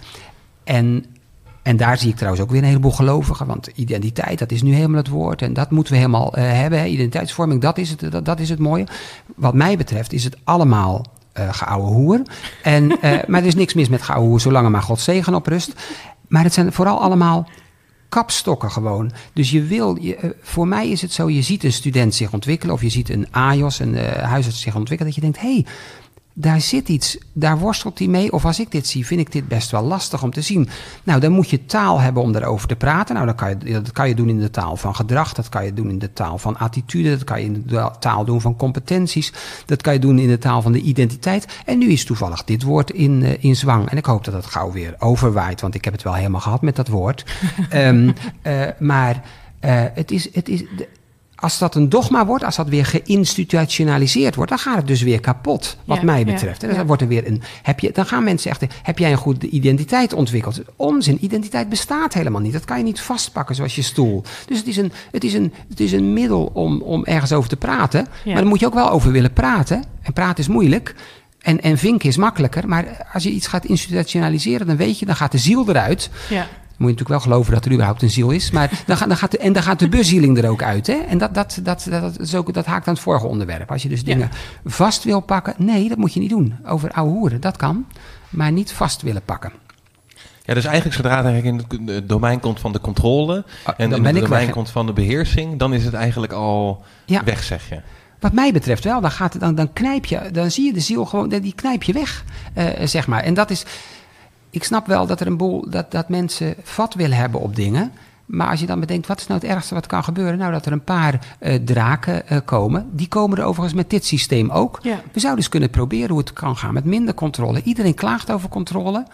En daar zie ik trouwens ook weer een heleboel gelovigen, want identiteit, dat is nu helemaal het woord. En dat moeten we helemaal hebben. Hè. Identiteitsvorming, dat is het mooie. Wat mij betreft is het allemaal geouwe hoer. Maar er is niks mis met geouwe hoer, zolang er maar Gods zegen op rust. Maar het zijn vooral allemaal kapstokken gewoon. Dus voor mij is het zo, je ziet een student zich ontwikkelen, of je ziet een AJOS, een huisarts zich ontwikkelen, dat je denkt, hé, daar zit iets, daar worstelt hij mee. Of als ik dit zie, vind ik dit best wel lastig om te zien. Nou, dan moet je taal hebben om daarover te praten. Nou, dat kan je doen in de taal van gedrag. Dat kan je doen in de taal van attitude. Dat kan je in de taal doen van competenties. Dat kan je doen in de taal van de identiteit. En nu is toevallig dit woord in zwang. En ik hoop dat het gauw weer overwaait, want ik heb het wel helemaal gehad met dat woord. Maar het is als dat een dogma wordt, als dat weer geïnstitutionaliseerd wordt, dan gaat het dus weer kapot, wat mij betreft. En dan wordt er weer dan gaan mensen echt, heb jij een goede identiteit ontwikkeld? Onzin, identiteit bestaat helemaal niet. Dat kan je niet vastpakken zoals je stoel. Dus het is een middel om ergens over te praten, maar daar moet je ook wel over willen praten. En praten is moeilijk. En vinken is makkelijker, maar als je iets gaat institutionaliseren, dan weet je, dan gaat de ziel eruit. Ja. Moet je natuurlijk wel geloven dat er überhaupt een ziel is. Maar dan gaat de bezieling er ook uit. Hè? En dat haakt aan het vorige onderwerp. Als je dus dingen vast wil pakken. Nee, dat moet je niet doen. Over ouwe hoeren, dat kan. Maar niet vast willen pakken. Ja, dus eigenlijk zodra het in het domein komt van de controle. En in het domein komt van de beheersing. Dan is het eigenlijk al weg, zeg je. Wat mij betreft wel. Dan knijp je. Dan zie je de ziel gewoon. Die knijp je weg. Zeg maar. En dat is. Ik snap wel dat er dat mensen vat willen hebben op dingen. Maar als je dan bedenkt, wat is nou het ergste wat kan gebeuren? Nou, dat er een paar draken komen. Die komen er overigens met dit systeem ook. Ja. We zouden dus kunnen proberen hoe het kan gaan met minder controle. Iedereen klaagt over controle.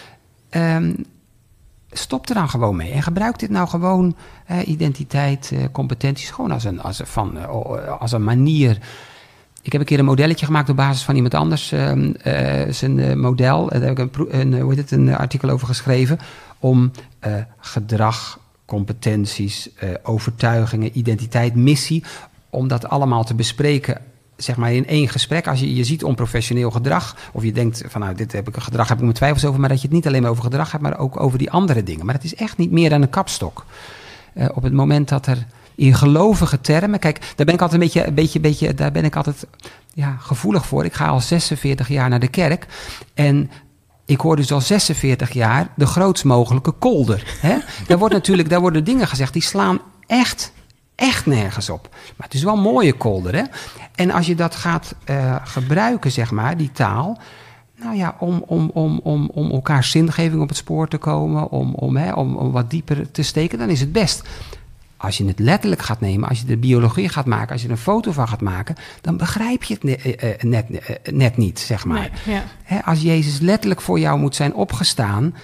Stop er dan gewoon mee. En gebruik dit nou gewoon, identiteit, competenties, gewoon als een manier. Ik heb een keer een modelletje gemaakt op basis van iemand anders. Zijn model, daar heb ik een artikel over geschreven. Om gedrag, competenties, overtuigingen, identiteit, missie. Om dat allemaal te bespreken, zeg maar in één gesprek. Als je ziet onprofessioneel gedrag. Of je denkt van nou, dit heb ik mijn twijfels over. Maar dat je het niet alleen maar over gedrag hebt, maar ook over die andere dingen. Maar het is echt niet meer dan een kapstok. Op het moment dat er in gelovige termen. Kijk, daar ben ik altijd een beetje daar ben ik altijd gevoelig voor. Ik ga al 46 jaar naar de kerk. En ik hoor dus al 46 jaar de grootst mogelijke kolder. Hè? Daar worden dingen gezegd die slaan echt nergens op. Maar het is wel een mooie kolder, hè? En als je dat gaat gebruiken, zeg maar, die taal. Nou ja, om elkaar zingeving op het spoor te komen. Om wat dieper te steken, dan is het best. Als je het letterlijk gaat nemen, als je de biologie gaat maken, als je er een foto van gaat maken, dan begrijp je het net niet, zeg maar. Nee, ja. Als Jezus letterlijk voor jou moet zijn opgestaan,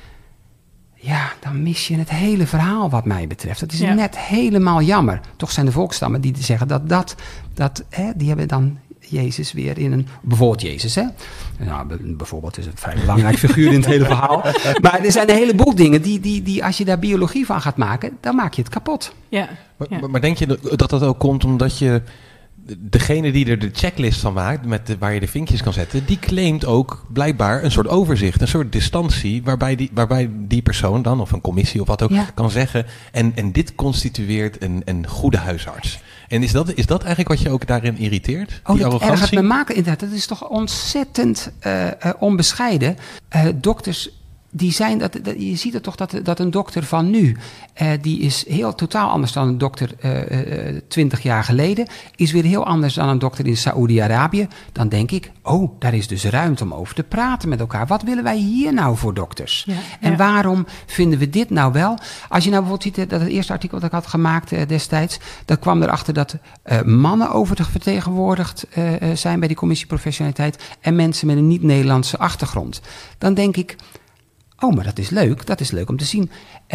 dan mis je het hele verhaal wat mij betreft. Dat is net helemaal jammer. Toch zijn de volksstammen die zeggen die hebben dan Jezus weer in bijvoorbeeld Jezus, hè? Nou, bijvoorbeeld is een vrij belangrijk figuur in het hele verhaal. Maar er zijn een heleboel dingen die als je daar biologie van gaat maken, dan maak je het kapot. Ja. Maar denk je dat ook komt omdat je degene die er de checklist van maakt, waar je de vinkjes kan zetten, die claimt ook blijkbaar een soort overzicht, een soort distantie, waarbij die persoon dan, of een commissie of wat ook, kan zeggen, en dit constitueert een goede huisarts. En is dat eigenlijk wat je ook daarin irriteert? Die arrogantie? Ergert me maken, inderdaad. Dat is toch ontzettend onbescheiden. Dokters, die zijn, je ziet het toch dat een dokter van nu, die is heel totaal anders dan een dokter 20 jaar geleden, is weer heel anders dan een dokter in Saoedi-Arabië. Dan denk ik, daar is dus ruimte om over te praten met elkaar. Wat willen wij hier nou voor dokters? Ja, en waarom vinden we dit nou wel? Als je nou bijvoorbeeld ziet dat het eerste artikel dat ik had gemaakt destijds, dat kwam erachter dat mannen oververtegenwoordigd zijn bij die commissie professionaliteit en mensen met een niet-Nederlandse achtergrond. Dan denk ik, maar dat is leuk om te zien.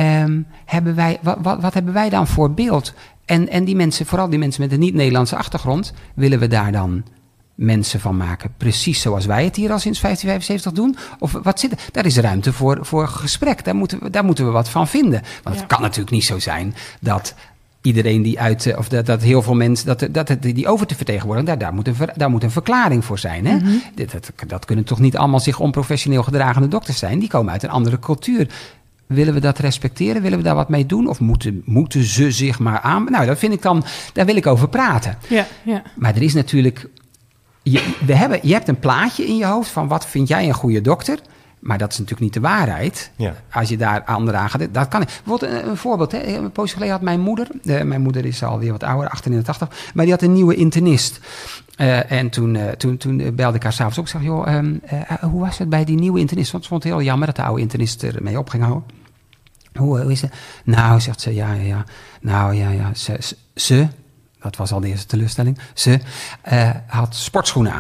Wat hebben wij dan voor beeld? En die mensen, vooral die mensen met een niet-Nederlandse achtergrond, willen we daar dan mensen van maken, precies zoals wij het hier al sinds 1575 doen? Of wat zit er? Daar is ruimte voor gesprek. Daar moeten we wat van vinden. Want het kan natuurlijk niet zo zijn dat iedereen die dat heel veel mensen, die over te vertegenwoordigen, daar moet een verklaring voor zijn. Hè? Mm-hmm. Dat kunnen toch niet allemaal zich onprofessioneel gedragende dokters zijn? Die komen uit een andere cultuur. Willen we dat respecteren? Willen we daar wat mee doen? Of moeten ze zich maar aan? Nou, dat vind ik dan, daar wil ik over praten. Ja. Maar er is natuurlijk, je hebt een plaatje in je hoofd van wat vind jij een goede dokter? Maar dat is natuurlijk niet de waarheid. Ja. Als je daar anderen aan gaat. Dat kan niet. Bijvoorbeeld een voorbeeld. Hè. Een poosje geleden had mijn moeder. Mijn moeder is alweer wat ouder, 88. Maar die had een nieuwe internist. En toen belde ik haar s'avonds op. Ik zeg, hoe was het bij die nieuwe internist? Want ze vond het heel jammer dat de oude internist ermee op ging houden. Hoe is het? Nou, zegt ze, ja. Nou, ja. Ze, dat was al de eerste teleurstelling. Ze had sportschoenen aan.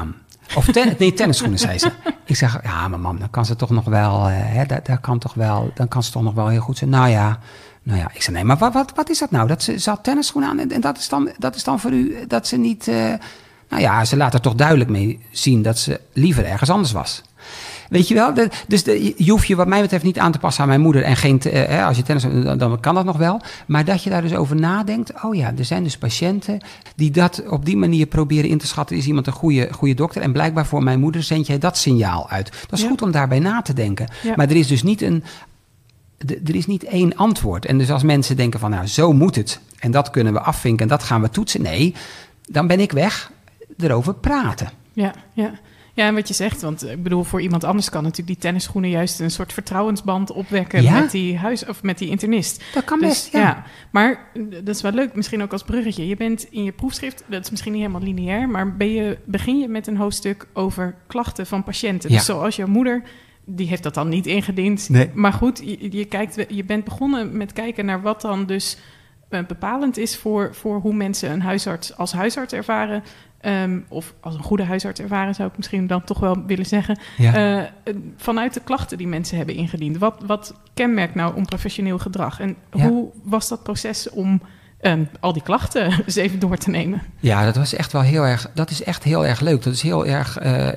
Of tennisschoenen, zei ze. Ik zeg, ja, maar mam, dan kan ze toch nog wel... dan kan ze toch nog wel heel goed zijn. Nou ja, ik zei, nee, maar wat is dat nou? Ze had tennisschoenen aan en dat is dan voor u dat ze niet... ze laat er toch duidelijk mee zien dat ze liever ergens anders was. Weet je wel? Je hoeft je wat mij betreft niet aan te passen aan mijn moeder. En geen als je tennis, dan kan dat nog wel. Maar dat je daar dus over nadenkt. Oh ja, er zijn dus patiënten die dat op die manier proberen in te schatten. Is iemand een goede dokter? En blijkbaar voor mijn moeder zend jij dat signaal uit. Dat is goed om daarbij na te denken. Ja. Maar er is dus niet er is niet één antwoord. En dus als mensen denken van, nou, zo moet het. En dat kunnen we afvinken en dat gaan we toetsen. Nee, dan ben ik weg. Erover praten. Ja. Ja, en wat je zegt, want ik bedoel, voor iemand anders kan natuurlijk die tennisschoenen juist een soort vertrouwensband opwekken met die internist. Dat kan best, ja. Maar dat is wel leuk, misschien ook als bruggetje. Je bent in je proefschrift, dat is misschien niet helemaal lineair, maar begin je met een hoofdstuk over klachten van patiënten. Ja. Dus zoals jouw moeder, die heeft dat dan niet ingediend. Nee. Maar goed, je bent begonnen met kijken naar wat dan dus bepalend is voor hoe mensen een huisarts als huisarts ervaren. Of als een goede huisarts ervaren, zou ik misschien dan toch wel willen zeggen. Ja. Vanuit de klachten die mensen hebben ingediend. Wat kenmerkt nou onprofessioneel gedrag? En hoe was dat proces om al die klachten eens even door te nemen? Ja, dat was echt wel heel erg. Dat is echt heel erg leuk. Dat is heel erg.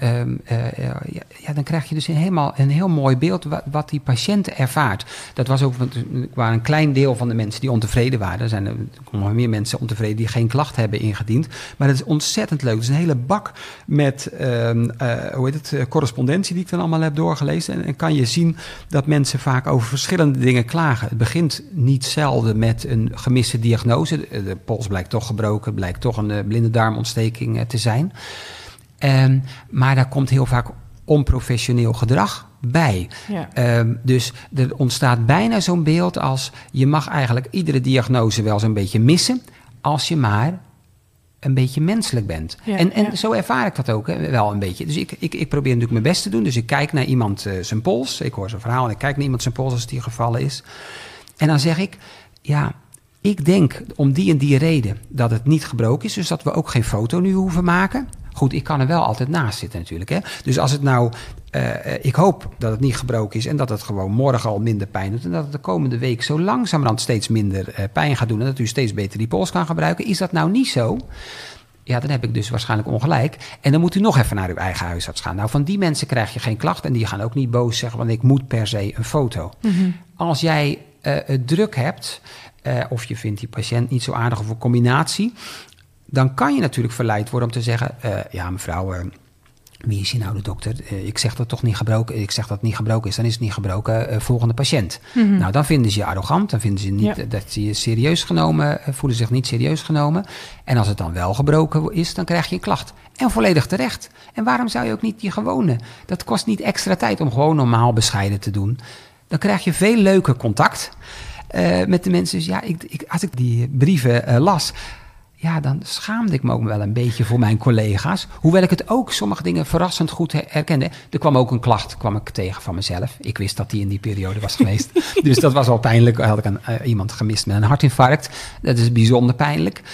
Dan krijg je dus een heel mooi beeld wat die patiënt ervaart. Dat was ook waar een klein deel van de mensen die ontevreden waren. Er zijn nog meer mensen ontevreden die geen klacht hebben ingediend. Maar dat is ontzettend leuk. Het is een hele bak met correspondentie die ik dan allemaal heb doorgelezen. En kan je zien dat mensen vaak over verschillende dingen klagen. Het begint niet zelden met een gemiste diagnose. De pols blijkt toch gebroken, blijkt toch een blinde darmontsteking te zijn. Maar daar komt heel vaak onprofessioneel gedrag bij. Ja. Dus er ontstaat bijna zo'n beeld als je mag eigenlijk iedere diagnose wel zo'n beetje missen, als je maar een beetje menselijk bent. Ja, en zo ervaar ik dat ook wel een beetje. Dus ik probeer natuurlijk mijn best te doen. Dus ik kijk naar iemand zijn pols. Ik hoor zijn verhaal en ik kijk naar iemand zijn pols als die gevallen is. En dan zeg ik, ik denk om die en die reden dat het niet gebroken is. Dus dat we ook geen foto nu hoeven maken. Goed, ik kan er wel altijd naast zitten natuurlijk. Hè? Dus als het nou... ik hoop dat het niet gebroken is en dat het gewoon morgen al minder pijn doet. En dat het de komende week zo langzamerhand steeds minder pijn gaat doen. En dat u steeds beter die pols kan gebruiken. Is dat nou niet zo? Ja, dan heb ik dus waarschijnlijk ongelijk. En dan moet u nog even naar uw eigen huisarts gaan. Nou, van die mensen krijg je geen klacht. En die gaan ook niet boos zeggen, want ik moet per se een foto. Mm-hmm. Als jij het druk hebt... of je vindt die patiënt niet zo aardig of een combinatie... dan kan je natuurlijk verleid worden om te zeggen... mevrouw, wie is hier nou de dokter? Ik zeg dat toch niet gebroken. Ik zeg dat het niet gebroken is, dan is het niet gebroken. Volgende patiënt. Mm-hmm. Nou, dan vinden ze je arrogant. Dan vinden ze niet dat ze je serieus genomen... voelen zich niet serieus genomen. En als het dan wel gebroken is, dan krijg je een klacht. En volledig terecht. En waarom zou je ook niet die gewone... Dat kost niet extra tijd om gewoon normaal bescheiden te doen. Dan krijg je veel leuker contact... met de mensen. Dus als ik die brieven las... dan schaamde ik me ook wel een beetje voor mijn collega's. Hoewel ik het ook sommige dingen verrassend goed herkende. Er kwam ook een klacht tegen van mezelf. Ik wist dat die in die periode was geweest. Dus dat was wel pijnlijk. Had ik iemand gemist met een hartinfarct. Dat is bijzonder pijnlijk.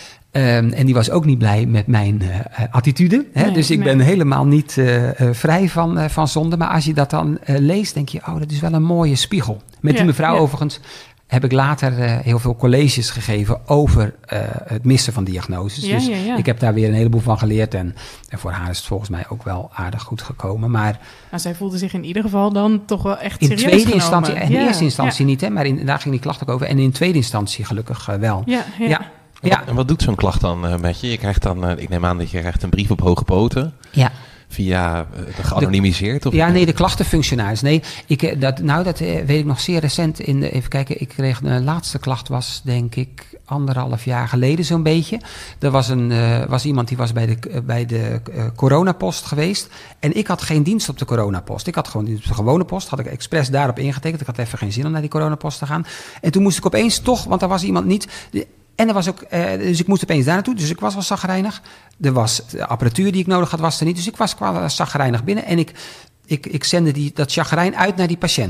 En die was ook niet blij met mijn attitude. Hè? Nee, dus ik ben helemaal niet vrij van zonde. Maar als je dat dan leest, denk je... dat is wel een mooie spiegel. Met die mevrouw overigens... heb ik later heel veel colleges gegeven over het missen van diagnoses. Dus ik heb daar weer een heleboel van geleerd. En voor haar is het volgens mij ook wel aardig goed gekomen. Maar zij voelde zich in ieder geval dan toch wel echt serieus genomen. In tweede instantie, en in eerste instantie niet, hè, maar daar ging die klacht ook over. En in tweede instantie gelukkig wel. Ja. En wat doet zo'n klacht dan met je? Je krijgt dan, ik neem aan dat je krijgt een brief op hoge poten. Ja. Via geanonimiseerd? De klachtenfunctionaris. Nee, dat weet ik nog zeer recent. Even kijken, ik kreeg de laatste klacht was denk ik 1,5 jaar geleden zo'n beetje. Er was iemand die was bij de coronapost geweest. En ik had geen dienst op de coronapost. Ik had gewoon op de gewone post. Had ik expres daarop ingetekend. Ik had even geen zin om naar die coronapost te gaan. En toen moest ik opeens toch, want er was iemand niet... En er was ook, dus ik moest opeens daar naartoe. Dus ik was wel chagrijnig. Er was de apparatuur die ik nodig had, was er niet. Dus ik was chagrijnig binnen. En ik zende dat chagrijn uit naar die patiënt.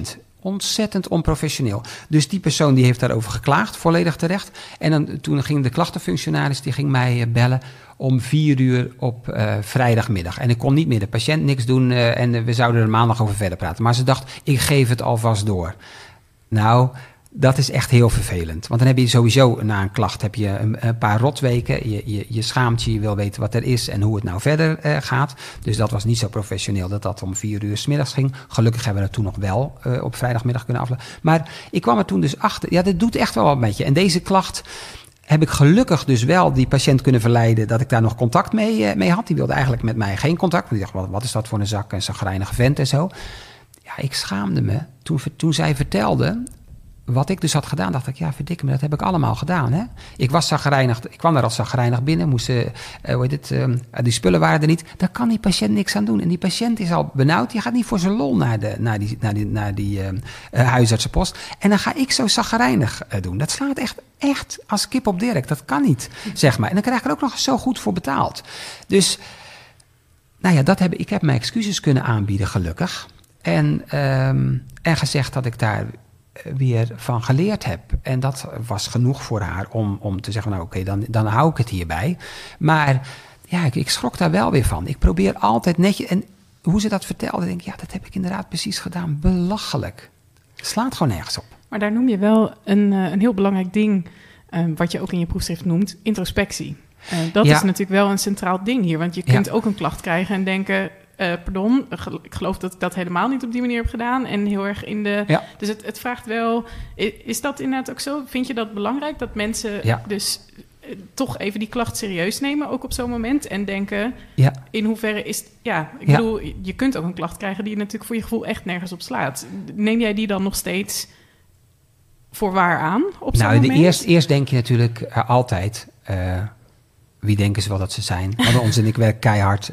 ontzettend onprofessioneel. Dus die persoon die heeft daarover geklaagd, volledig terecht. En toen ging de klachtenfunctionaris, die ging mij bellen om 4:00 op vrijdagmiddag. En ik kon niet meer de patiënt niks doen en we zouden er maandag over verder praten. Maar ze dacht, ik geef het alvast door. Nou, dat is echt heel vervelend. Want dan heb je sowieso na een klacht heb je een paar rotweken. Je schaamt je, je wil weten wat er is en hoe het nou verder gaat. Dus dat was niet zo professioneel dat om 4:00 's middags ging. Gelukkig hebben we dat toen nog wel op vrijdagmiddag kunnen afleggen. Maar ik kwam er toen dus achter. Ja, dat doet echt wel wat met je. En deze klacht heb ik gelukkig dus wel die patiënt kunnen verleiden dat ik daar nog contact mee had. Die wilde eigenlijk met mij geen contact. Die dacht, wat is dat voor een zak en chagrijnige vent en zo. Ja, ik schaamde me. Toen zij vertelde wat ik dus had gedaan, dacht ik, ja, verdikke me, dat heb ik allemaal gedaan. Hè? Ik was chagrijnig, ik kwam daar als chagrijnig binnen, die spullen waren er niet. Daar kan die patiënt niks aan doen. En die patiënt is al benauwd, die gaat niet voor zijn lol naar die huisartsenpost. En dan ga ik zo chagrijnig doen. Dat slaat echt als kip op Dirk. Dat kan niet, zeg maar. En dan krijg ik er ook nog zo goed voor betaald. Dus, nou ja, ik heb mijn excuses kunnen aanbieden, gelukkig. En gezegd dat ik daar weer van geleerd heb. En dat was genoeg voor haar om te zeggen, nou oké, dan hou ik het hierbij. Maar ja, ik schrok daar wel weer van. Ik probeer altijd netjes. En hoe ze dat vertelde, denk ik, ja, dat heb ik inderdaad precies gedaan. Belachelijk. Het slaat gewoon nergens op. Maar daar noem je wel een heel belangrijk ding, wat je ook in je proefschrift noemt, introspectie. Dat is natuurlijk wel een centraal ding hier. Want je kunt ook een klacht krijgen en denken, pardon, ik geloof dat ik dat helemaal niet op die manier heb gedaan. En heel erg in de... Ja. Dus het vraagt wel... Is dat inderdaad ook zo? Vind je dat belangrijk? Dat mensen dus toch even die klacht serieus nemen, ook op zo'n moment. En denken, in hoeverre is... Ik bedoel, je kunt ook een klacht krijgen die natuurlijk voor je gevoel echt nergens op slaat. Neem jij die dan nog steeds voor waar aan op zo'n moment? Eerst denk je natuurlijk altijd... wie denken ze wel dat ze zijn? Ons en ik werk keihard.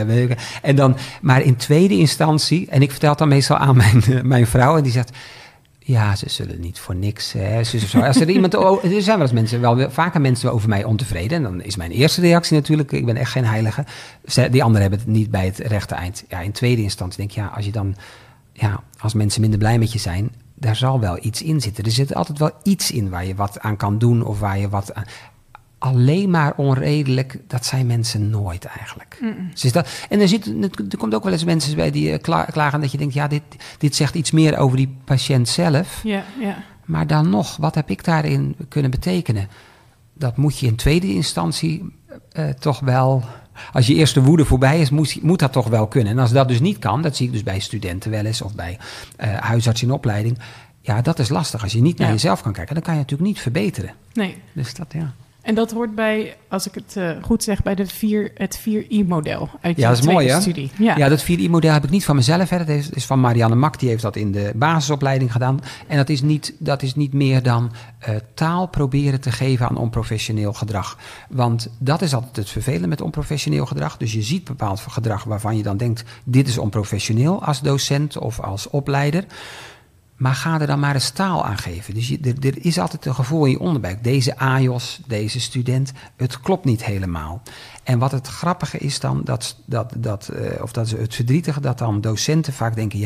En dan, maar in tweede instantie... en ik vertel het dan meestal aan mijn vrouw... en die zegt... ja, ze zullen niet voor niks... Als er iemand... er zijn wel eens vaker mensen over mij ontevreden... en dan is mijn eerste reactie natuurlijk... ik ben echt geen heilige. Die anderen hebben het niet bij het rechte eind. Ja, in tweede instantie denk ik... als je dan... als mensen minder blij met je zijn... daar zal wel iets in zitten. Er zit altijd wel iets in waar je wat aan kan doen... of waar je wat... alleen maar onredelijk, dat zijn mensen nooit eigenlijk. Dus en er komt ook wel eens mensen bij die klagen... dat je denkt, ja, dit zegt iets meer over die patiënt zelf. Ja. Maar dan nog, wat heb ik daarin kunnen betekenen? Dat moet je in tweede instantie toch wel... Als je eerste woede voorbij is, moet dat toch wel kunnen. En als dat dus niet kan, dat zie ik dus bij studenten wel eens... of bij huisarts in opleiding... ja, dat is lastig. Als je niet naar jezelf kan kijken, dan kan je natuurlijk niet verbeteren. Nee. Dus dat, En dat hoort bij, als ik het goed zeg, bij het 4I-model uit je dat is mooi, hè? studie. Ja, dat 4I-model heb ik niet van mezelf. Hè. Dat is van Marianne Mak, die heeft dat in de basisopleiding gedaan. En dat is niet meer dan taal proberen te geven aan onprofessioneel gedrag. Want dat is altijd het vervelende met onprofessioneel gedrag. Dus je ziet bepaald gedrag waarvan je dan denkt... dit is onprofessioneel als docent of als opleider... Maar ga er dan maar eens taal aan geven. Dus er is altijd een gevoel in je onderbuik. Deze AJOS, deze student, het klopt niet helemaal. En wat het grappige is dan, dat is het verdrietige... dat dan docenten vaak denken...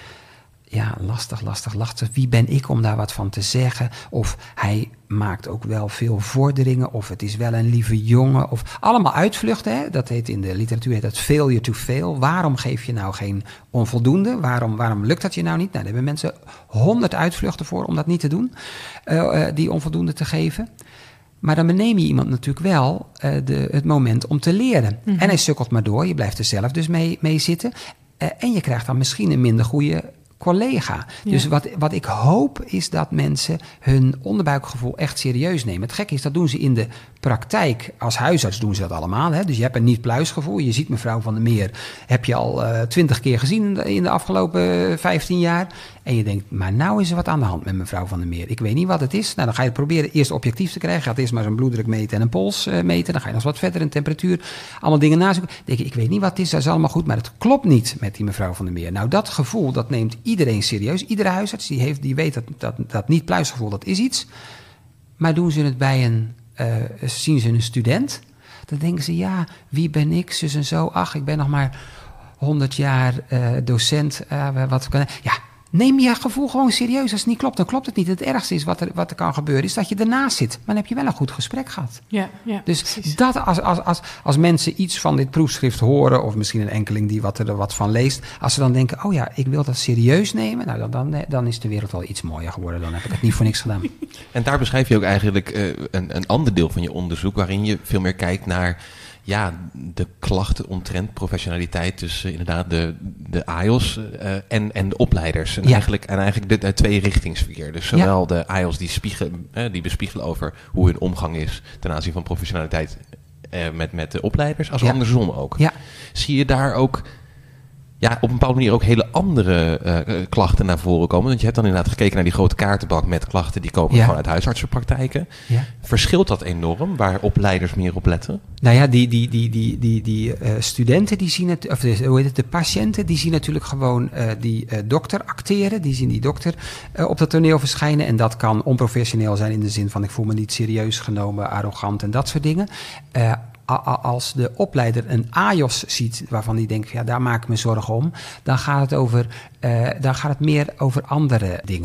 ja, lastig. Wie ben ik om daar wat van te zeggen? Of hij maakt ook wel veel vorderingen... of het is wel een lieve jongen... of allemaal uitvluchten, hè? Dat heet in de literatuur failure to fail. Waarom geef je nou geen onvoldoende? Waarom lukt dat je nou niet? Nou, daar hebben mensen 100 uitvluchten voor om dat niet te doen... die onvoldoende te geven... Maar dan beneem je iemand natuurlijk wel het moment om te leren. Mm-hmm. En hij sukkelt maar door, je blijft er zelf dus mee zitten... en je krijgt dan misschien een minder goede... collega. Ja. Dus wat ik hoop is dat mensen hun onderbuikgevoel echt serieus nemen. Het gekke is, dat doen ze in de praktijk. Als huisarts doen ze dat allemaal. Hè? Dus je hebt een niet-pluisgevoel. Je ziet mevrouw Van der Meer, heb je al 20 keer gezien in de afgelopen 15 jaar. En je denkt, maar nou is er wat aan de hand met mevrouw Van der Meer. Ik weet niet wat het is. Nou, dan ga je het proberen eerst objectief te krijgen. Gaat eerst maar zo'n bloeddruk meten en een pols meten. Dan ga je nog wat verder, een temperatuur. Allemaal dingen nazoeken. Dan denk je, ik weet niet wat het is, dat is allemaal goed. Maar het klopt niet met die mevrouw Van der Meer. Nou, dat gevoel, dat neemt iedereen serieus. Iedere huisarts die weet dat niet-pluisgevoel, dat is iets. Maar doen ze het bij zien ze een student, dan denken ze, ja, wie ben ik, zus en zo. Ach, ik ben nog maar 100 jaar docent. Ja, Neem je gevoel gewoon serieus. Als het niet klopt, dan klopt het niet. Het ergste is wat er kan gebeuren, is dat je ernaast zit. Maar dan heb je wel een goed gesprek gehad. Ja, dus precies. Dat als mensen iets van dit proefschrift horen, of misschien een enkeling die er wat van leest, als ze dan denken, oh ja, ik wil dat serieus nemen, nou, dan is de wereld wel iets mooier geworden. Dan heb ik het niet voor niks gedaan. En daar beschrijf je ook eigenlijk een ander deel van je onderzoek, waarin je veel meer kijkt naar de klachten omtrent professionaliteit tussen inderdaad de AIOS en de opleiders. En eigenlijk de tweerichtingsverkeer. Dus zowel de AIOS die bespiegelen over hoe hun omgang is ten aanzien van professionaliteit met de opleiders, als andersom ook. Ja. Zie je daar ook op een bepaalde manier ook hele andere klachten naar voren komen? Want je hebt dan inderdaad gekeken naar die grote kaartenbak met klachten die komen gewoon uit huisartsenpraktijken. Ja. Verschilt dat enorm, waar opleiders meer op letten? Nou ja, die studenten die zien het, of de patiënten die zien natuurlijk gewoon die dokter acteren. Die zien die dokter op het toneel verschijnen. En dat kan onprofessioneel zijn in de zin van ik voel me niet serieus genomen, arrogant en dat soort dingen. Als de opleider een AIOS ziet waarvan hij denkt, ja, daar maak ik me zorgen om, dan gaat het meer over andere dingen.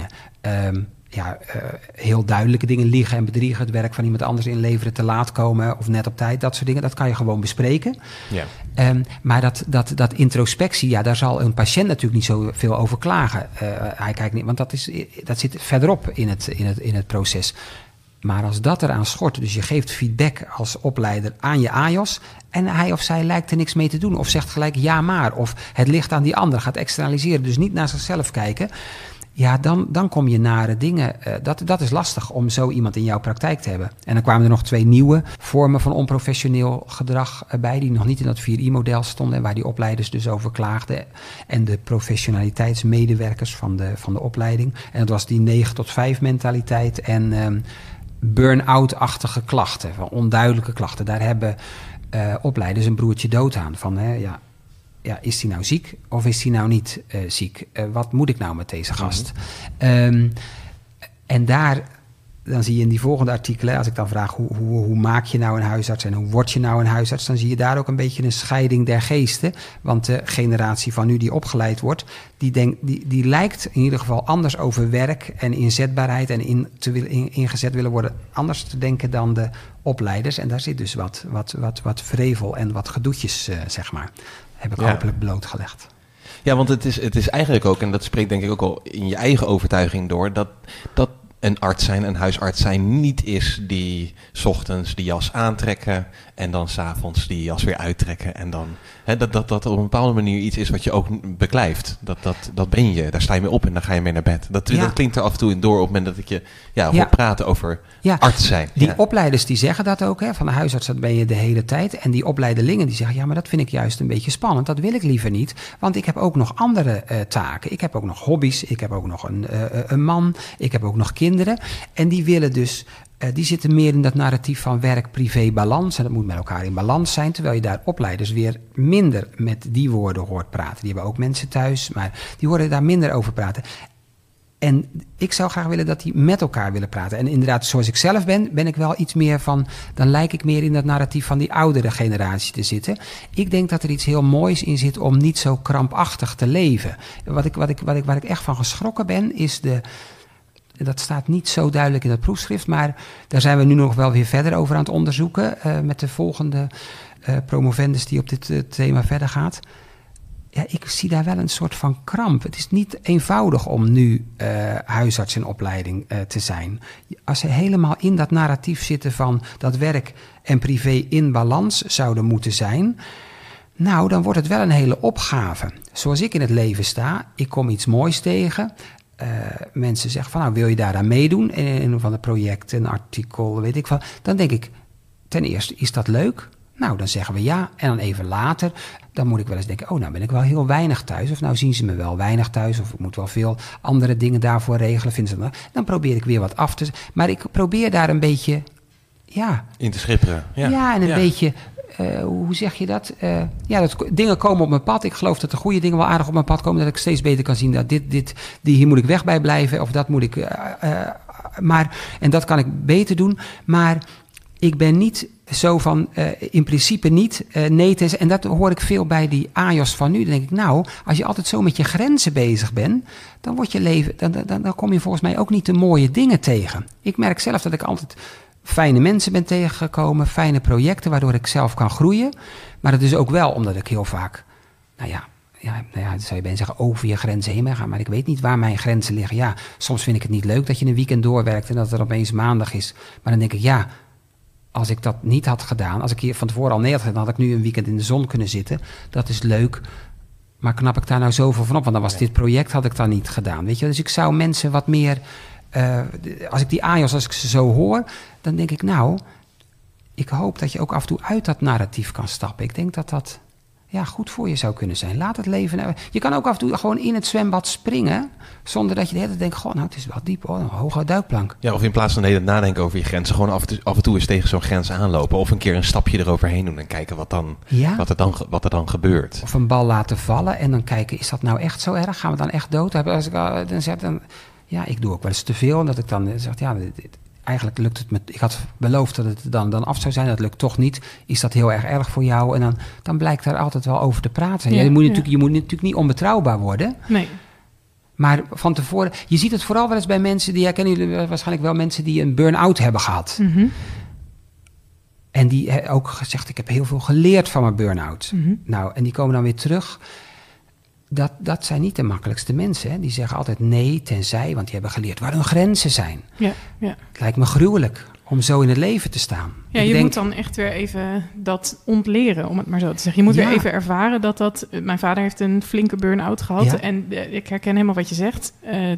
Heel duidelijke dingen, liegen en bedriegen, het werk van iemand anders inleveren, te laat komen of net op tijd, dat soort dingen, dat kan je gewoon bespreken. Ja. Maar dat introspectie, daar zal een patiënt natuurlijk niet zoveel over klagen. Hij kijkt niet, want dat zit verderop in het proces. Maar als dat eraan schort, dus je geeft feedback als opleider aan je AIOS en hij of zij lijkt er niks mee te doen of zegt gelijk ja maar, of het ligt aan die ander, gaat externaliseren, dus niet naar zichzelf kijken, dan kom je nare dingen. Dat is lastig om zo iemand in jouw praktijk te hebben. En dan kwamen er nog 2 nieuwe vormen van onprofessioneel gedrag bij, die nog niet in dat 4I-model stonden en waar die opleiders dus over klaagden. En de professionaliteitsmedewerkers van de opleiding. En dat was die 9 tot 5 mentaliteit en burn-out-achtige klachten, van onduidelijke klachten. Daar hebben opleiders een broertje dood aan. Van, is hij nou ziek of is hij nou niet ziek? Wat moet ik nou met deze gast? En dan zie je in die volgende artikelen, als ik dan vraag hoe maak je nou een huisarts en hoe word je nou een huisarts, dan zie je daar ook een beetje een scheiding der geesten. Want de generatie van nu die opgeleid wordt, die lijkt in ieder geval anders over werk en inzetbaarheid en ingezet willen worden, anders te denken dan de opleiders. En daar zit dus wat vrevel en wat gedoetjes, zeg maar. Heb ik hopelijk blootgelegd. Ja, want het is eigenlijk ook, en dat spreekt denk ik ook al in je eigen overtuiging door, dat een arts zijn, een huisarts zijn niet is die 's ochtends die jas aantrekken en dan 's avonds die jas weer uittrekken. En dan dat op een bepaalde manier iets is wat je ook beklijft. Dat ben je, daar sta je mee op en dan ga je mee naar bed. Dat klinkt er af en toe in door op het moment dat ik je hoor praten over arts zijn. Die opleiders die zeggen dat ook, van de huisarts, dat ben je de hele tijd. En die opleiderlingen die zeggen, ja, maar dat vind ik juist een beetje spannend. Dat wil ik liever niet, want ik heb ook nog andere taken. Ik heb ook nog hobby's, ik heb ook nog een man, ik heb ook nog kinderen. En die willen dus, die zitten meer in dat narratief van werk-privé-balans. En dat moet met elkaar in balans zijn, terwijl je daar opleiders weer minder met die woorden hoort praten. Die hebben ook mensen thuis, maar die horen daar minder over praten. En ik zou graag willen dat die met elkaar willen praten. En inderdaad, zoals ik zelf ben ik wel iets meer van, dan lijk ik meer in dat narratief van die oudere generatie te zitten. Ik denk dat er iets heel moois in zit om niet zo krampachtig te leven. Waar ik echt van geschrokken ben, is dat staat niet zo duidelijk in het proefschrift, maar daar zijn we nu nog wel weer verder over aan het onderzoeken met de volgende promovendus die op dit thema verder gaat. Ja, ik zie daar wel een soort van kramp. Het is niet eenvoudig om nu huisarts in opleiding te zijn. Als ze helemaal in dat narratief zitten van dat werk en privé in balans zouden moeten zijn, nou, dan wordt het wel een hele opgave. Zoals ik in het leven sta, ik kom iets moois tegen. Mensen zeggen van, nou, wil je daaraan meedoen? In een of ander project, een artikel, weet ik van. Dan denk ik, ten eerste, is dat leuk? Nou, dan zeggen we ja. En dan even later, dan moet ik wel eens denken, oh, nou ben ik wel heel weinig thuis. Of nou zien ze me wel weinig thuis. Of ik moet wel veel andere dingen daarvoor regelen. Vinden ze dat? Dan probeer ik weer wat af te... Maar ik probeer daar een beetje, in te schipperen. Ja, en een beetje... hoe zeg je dat? Dingen komen op mijn pad. Ik geloof dat de goede dingen wel aardig op mijn pad komen. Dat ik steeds beter kan zien dat hier moet ik weg bij blijven. Of dat moet ik... en dat kan ik beter doen. Maar ik ben niet zo van, in principe niet, nee te zeggen. En dat hoor ik veel bij die AJOS van nu. Dan denk ik, nou, als je altijd zo met je grenzen bezig bent, dan wordt je leven, dan kom je volgens mij ook niet de mooie dingen tegen. Ik merk zelf dat ik altijd fijne mensen ben tegengekomen, fijne projecten, waardoor ik zelf kan groeien. Maar het is ook wel omdat ik heel vaak, dan zou je bijna zeggen, over je grenzen heen gaan. Maar ik weet niet waar mijn grenzen liggen. Ja, soms vind ik het niet leuk dat je een weekend doorwerkt en dat er opeens maandag is. Maar dan denk ik, ja, als ik dat niet had gedaan, als ik hier van tevoren al nee had gedaan, had ik nu een weekend in de zon kunnen zitten. Dat is leuk. Maar knap ik daar nou zoveel van op? Want dan was dit project, had ik dan niet gedaan. Weet je? Dus ik zou mensen wat meer, als ik die AJOS, als ik ze zo hoor, dan denk ik, nou, ik hoop dat je ook af en toe uit dat narratief kan stappen. Ik denk dat dat goed voor je zou kunnen zijn. Laat het leven. Je kan ook af en toe gewoon in het zwembad springen, zonder dat je de hele tijd denkt, goh, nou, het is wel diep hoor, een hoge duikplank. Ja, of in plaats van de hele tijd nadenken over je grenzen, gewoon af en toe eens tegen zo'n grens aanlopen. Of een keer een stapje eroverheen doen en kijken wat er dan gebeurt. Of een bal laten vallen en dan kijken, is dat nou echt zo erg? Gaan we dan echt dood? Als ik dan zeg, ik doe ook wel eens te veel. En dat ik dan zeg, eigenlijk lukt het me. Ik had beloofd dat het dan af zou zijn. Dat lukt toch niet. Is dat heel erg voor jou? En dan blijkt daar altijd wel over te praten. Je moet natuurlijk niet onbetrouwbaar worden. Nee. Maar van tevoren, je ziet het vooral wel eens bij mensen die, kennen jullie waarschijnlijk wel mensen die een burn-out hebben gehad. Mm-hmm. En die ook gezegd, ik heb heel veel geleerd van mijn burn-out. Mm-hmm. Nou, en die komen dan weer terug. Dat zijn niet de makkelijkste mensen. Hè? Die zeggen altijd nee, tenzij, want die hebben geleerd waar hun grenzen zijn. Ja. Het lijkt me gruwelijk om zo in het leven te staan. Ja, je moet dan echt weer even dat ontleren, om het maar zo te zeggen. Je moet weer even ervaren dat... Mijn vader heeft een flinke burn-out gehad. Ja. En ik herken helemaal wat je zegt.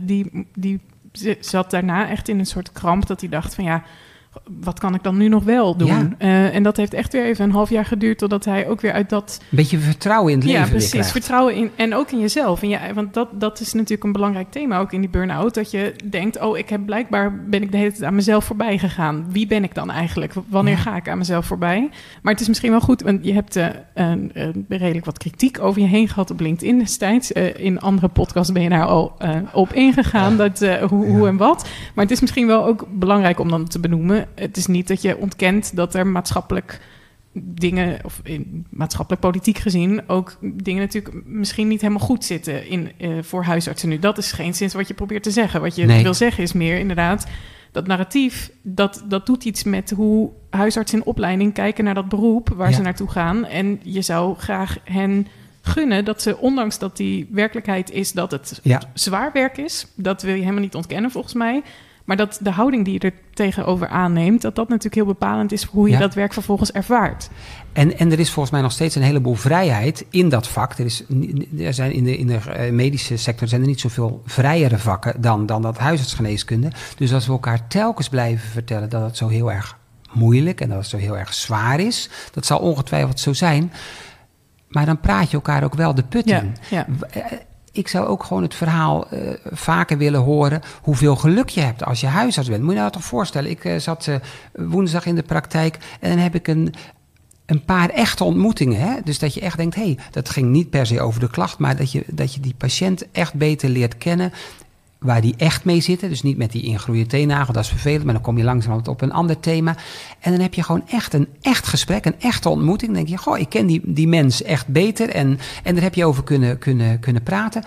Die zat daarna echt in een soort kramp dat hij dacht van wat kan ik dan nu nog wel doen? Ja. En dat heeft echt weer even een half jaar geduurd, totdat hij ook weer uit dat... Een beetje vertrouwen in het leven. Ja, precies. Vertrouwen in en ook in jezelf. Want dat is natuurlijk een belangrijk thema, ook in die burn-out. Dat je denkt, blijkbaar ben ik de hele tijd aan mezelf voorbij gegaan. Wie ben ik dan eigenlijk? Wanneer ga ik aan mezelf voorbij? Maar het is misschien wel goed, want je hebt redelijk wat kritiek over je heen gehad op LinkedIn destijds. In andere podcasts ben je daar al op ingegaan, hoe en wat. Maar het is misschien wel ook belangrijk om dan te benoemen. Het is niet dat je ontkent dat er maatschappelijk dingen, of maatschappelijk politiek gezien, ook dingen natuurlijk misschien niet helemaal goed zitten voor huisartsen nu. Dat is geen zin wat je probeert te zeggen. Wat je wil zeggen is meer inderdaad, dat narratief, dat doet iets met hoe huisartsen in opleiding kijken naar dat beroep waar ze naartoe gaan. En je zou graag hen gunnen dat ze, ondanks dat die werkelijkheid is dat het zwaar werk is, dat wil je helemaal niet ontkennen volgens mij. Maar dat de houding die je er tegenover aanneemt, dat natuurlijk heel bepalend is voor hoe je dat werk vervolgens ervaart. En er is volgens mij nog steeds een heleboel vrijheid in dat vak. Er zijn in de medische sector zijn er niet zoveel vrijere vakken dan dat huisartsgeneeskunde. Dus als we elkaar telkens blijven vertellen dat het zo heel erg moeilijk en dat het zo heel erg zwaar is, dat zal ongetwijfeld zo zijn. Maar dan praat je elkaar ook wel de put in. Ja. Ik zou ook gewoon het verhaal vaker willen horen hoeveel geluk je hebt als je huisarts bent. Moet je nou toch voorstellen, ik zat woensdag in de praktijk en dan heb ik een paar echte ontmoetingen. Hè? Dus dat je echt denkt, dat ging niet per se over de klacht, maar dat je die patiënt echt beter leert kennen, waar die echt mee zitten. Dus niet met die ingroeide teennagel, dat is vervelend, maar dan kom je langzaam op een ander thema. En dan heb je gewoon echt een echt gesprek, een echte ontmoeting. Dan denk je, ik ken die mens echt beter en daar heb je over kunnen praten.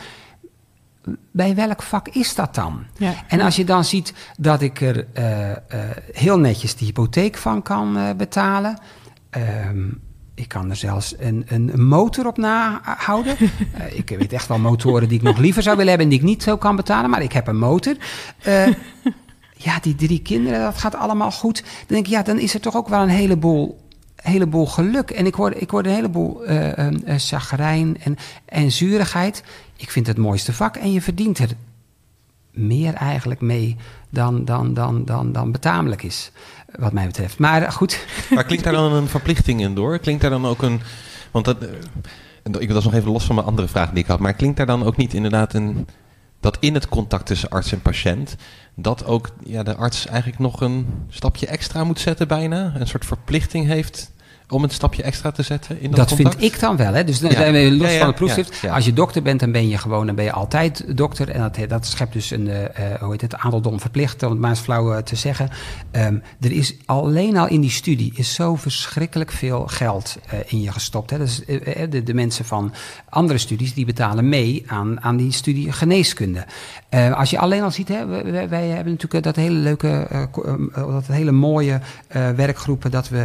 Bij welk vak is dat dan? Ja. En als je dan ziet dat ik er heel netjes de hypotheek van kan betalen. Ik kan er zelfs een motor op nahouden. Ik weet echt wel motoren die ik nog liever zou willen hebben en die ik niet zo kan betalen, maar ik heb een motor. Die 3 kinderen, dat gaat allemaal goed. Dan denk ik, dan is er toch ook wel een heleboel geluk. En ik hoor een heleboel chagrijn en zurigheid. Ik vind het mooiste vak en je verdient er meer eigenlijk mee dan betamelijk is, wat mij betreft. Maar goed. Maar klinkt daar dan een verplichting in door? Klinkt daar dan ook een... Want dat is nog even los van mijn andere vraag die ik had. Maar klinkt daar dan ook niet inderdaad dat in het contact tussen arts en patiënt, dat ook de arts eigenlijk nog een stapje extra moet zetten bijna? Een soort verplichting heeft om een stapje extra te zetten in dat contact? Vind ik dan wel. Hè? Dus dan zijn we los van het proefschrift. Ja. Als je dokter bent, dan ben je altijd dokter. En dat schept dus een adeldom verplicht, om het maar eens flauw te zeggen. Er is alleen al in die studie is zo verschrikkelijk veel geld in je gestopt. Hè? Dus, de mensen van andere studies, die betalen mee aan die studie geneeskunde. Als je alleen al ziet, hè, wij hebben natuurlijk dat hele leuke, dat hele mooie werkgroepen dat we,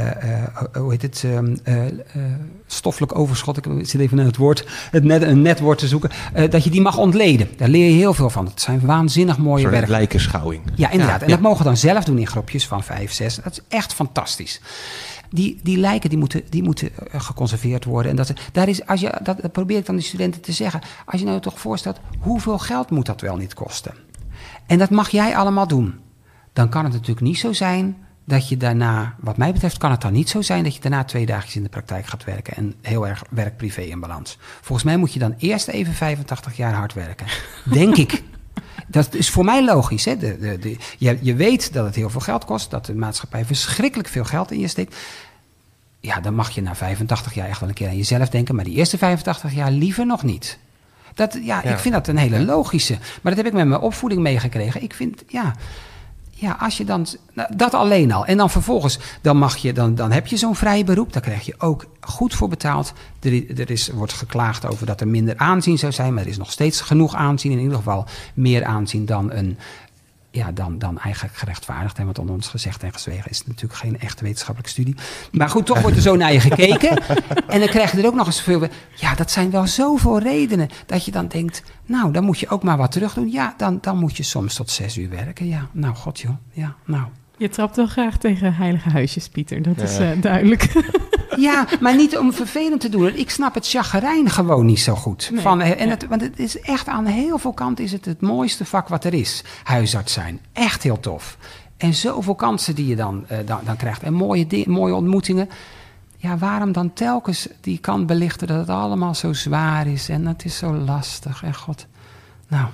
stoffelijk overschot, ik zit even naar het woord, een netwoord te zoeken, dat je die mag ontleden. Daar leer je heel veel van. Het zijn waanzinnig mooie werken. Een lijkenschouwing. Ja, inderdaad. En dat mogen we dan zelf doen in groepjes van 5, 6. Dat is echt fantastisch. Die lijken die moeten geconserveerd worden. En dat probeer ik dan de studenten te zeggen. Als je nou toch voorstelt, hoeveel geld moet dat wel niet kosten? En dat mag jij allemaal doen. Dan kan het natuurlijk niet zo zijn dat je daarna, wat mij betreft, kan het dan niet zo zijn dat je daarna 2 dagjes in de praktijk gaat werken en heel erg werk-privé in balans. Volgens mij moet je dan eerst even 85 jaar hard werken. Denk ik. Dat is voor mij logisch. Hè? Je weet dat het heel veel geld kost, dat de maatschappij verschrikkelijk veel geld in je steekt. Ja, dan mag je na 85 jaar echt wel een keer aan jezelf denken, maar die eerste 85 jaar liever nog niet. Ik vind dat een hele logische. Maar dat heb ik met mijn opvoeding meegekregen. Ik vind, als je dan, dat alleen al. En dan vervolgens, dan heb je zo'n vrij beroep. Daar krijg je ook goed voor betaald. Wordt geklaagd over dat er minder aanzien zou zijn. Maar er is nog steeds genoeg aanzien. In ieder geval meer aanzien dan eigenlijk gerechtvaardigd. En wat onder ons gezegd en gezwegen is natuurlijk geen echte wetenschappelijke studie. Maar goed, toch wordt er zo naar je gekeken. En dan krijg je er ook nog eens veel. Ja, dat zijn wel zoveel redenen dat je dan denkt, nou, dan moet je ook maar wat terug doen. Ja, dan moet je soms tot 6 uur werken. Ja, nou, god joh. Ja, nou. Je trapt wel graag tegen heilige huisjes, Pieter. Dat is duidelijk. Ja, maar niet om vervelend te doen. Ik snap het chagrijn gewoon niet zo goed. Nee, want het is echt aan heel veel kanten is het mooiste vak wat er is. Huisarts zijn. Echt heel tof. En zoveel kansen die je dan krijgt. En mooie ontmoetingen. Ja, waarom dan telkens die kant belichten dat het allemaal zo zwaar is. En het is zo lastig. En god, nou...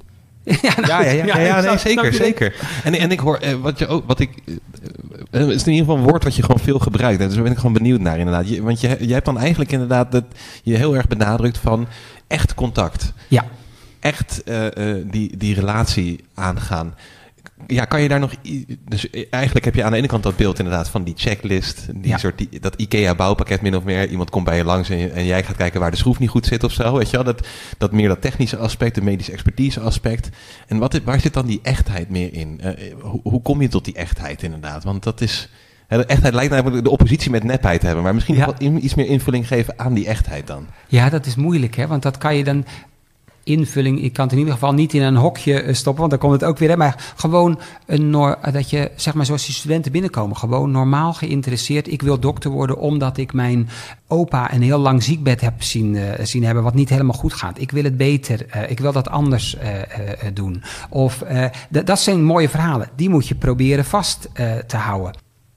Nee, zeker. En ik hoor, het is in ieder geval een woord wat je gewoon veel gebruikt. Dus daar ben ik gewoon benieuwd naar inderdaad. Want je hebt dan eigenlijk inderdaad dat je heel erg benadrukt van echt contact. Ja. Echt die relatie aangaan. Ja, kan je daar nog... Dus eigenlijk heb je aan de ene kant dat beeld inderdaad van die checklist. Dat IKEA-bouwpakket min of meer. Iemand komt bij je langs en jij gaat kijken waar de schroef niet goed zit of zo. Weet je wel? Dat meer dat technische aspect, de medische expertise aspect. En waar zit dan die echtheid meer in? Hoe kom je tot die echtheid inderdaad? Want dat is... De echtheid lijkt namelijk de oppositie met nepheid te hebben. Maar misschien nog iets meer invulling geven aan die echtheid dan. Ja, dat is moeilijk, hè? Want dat kan je dan... invulling, ik kan het in ieder geval niet in een hokje stoppen, want dan komt het ook weer. Hè, maar gewoon dat je, zeg maar zoals die studenten binnenkomen, gewoon normaal geïnteresseerd. Ik wil dokter worden omdat ik mijn opa een heel lang ziekbed heb zien hebben, wat niet helemaal goed gaat. Ik wil het beter, ik wil dat anders doen. Of dat zijn mooie verhalen, die moet je proberen vast te houden.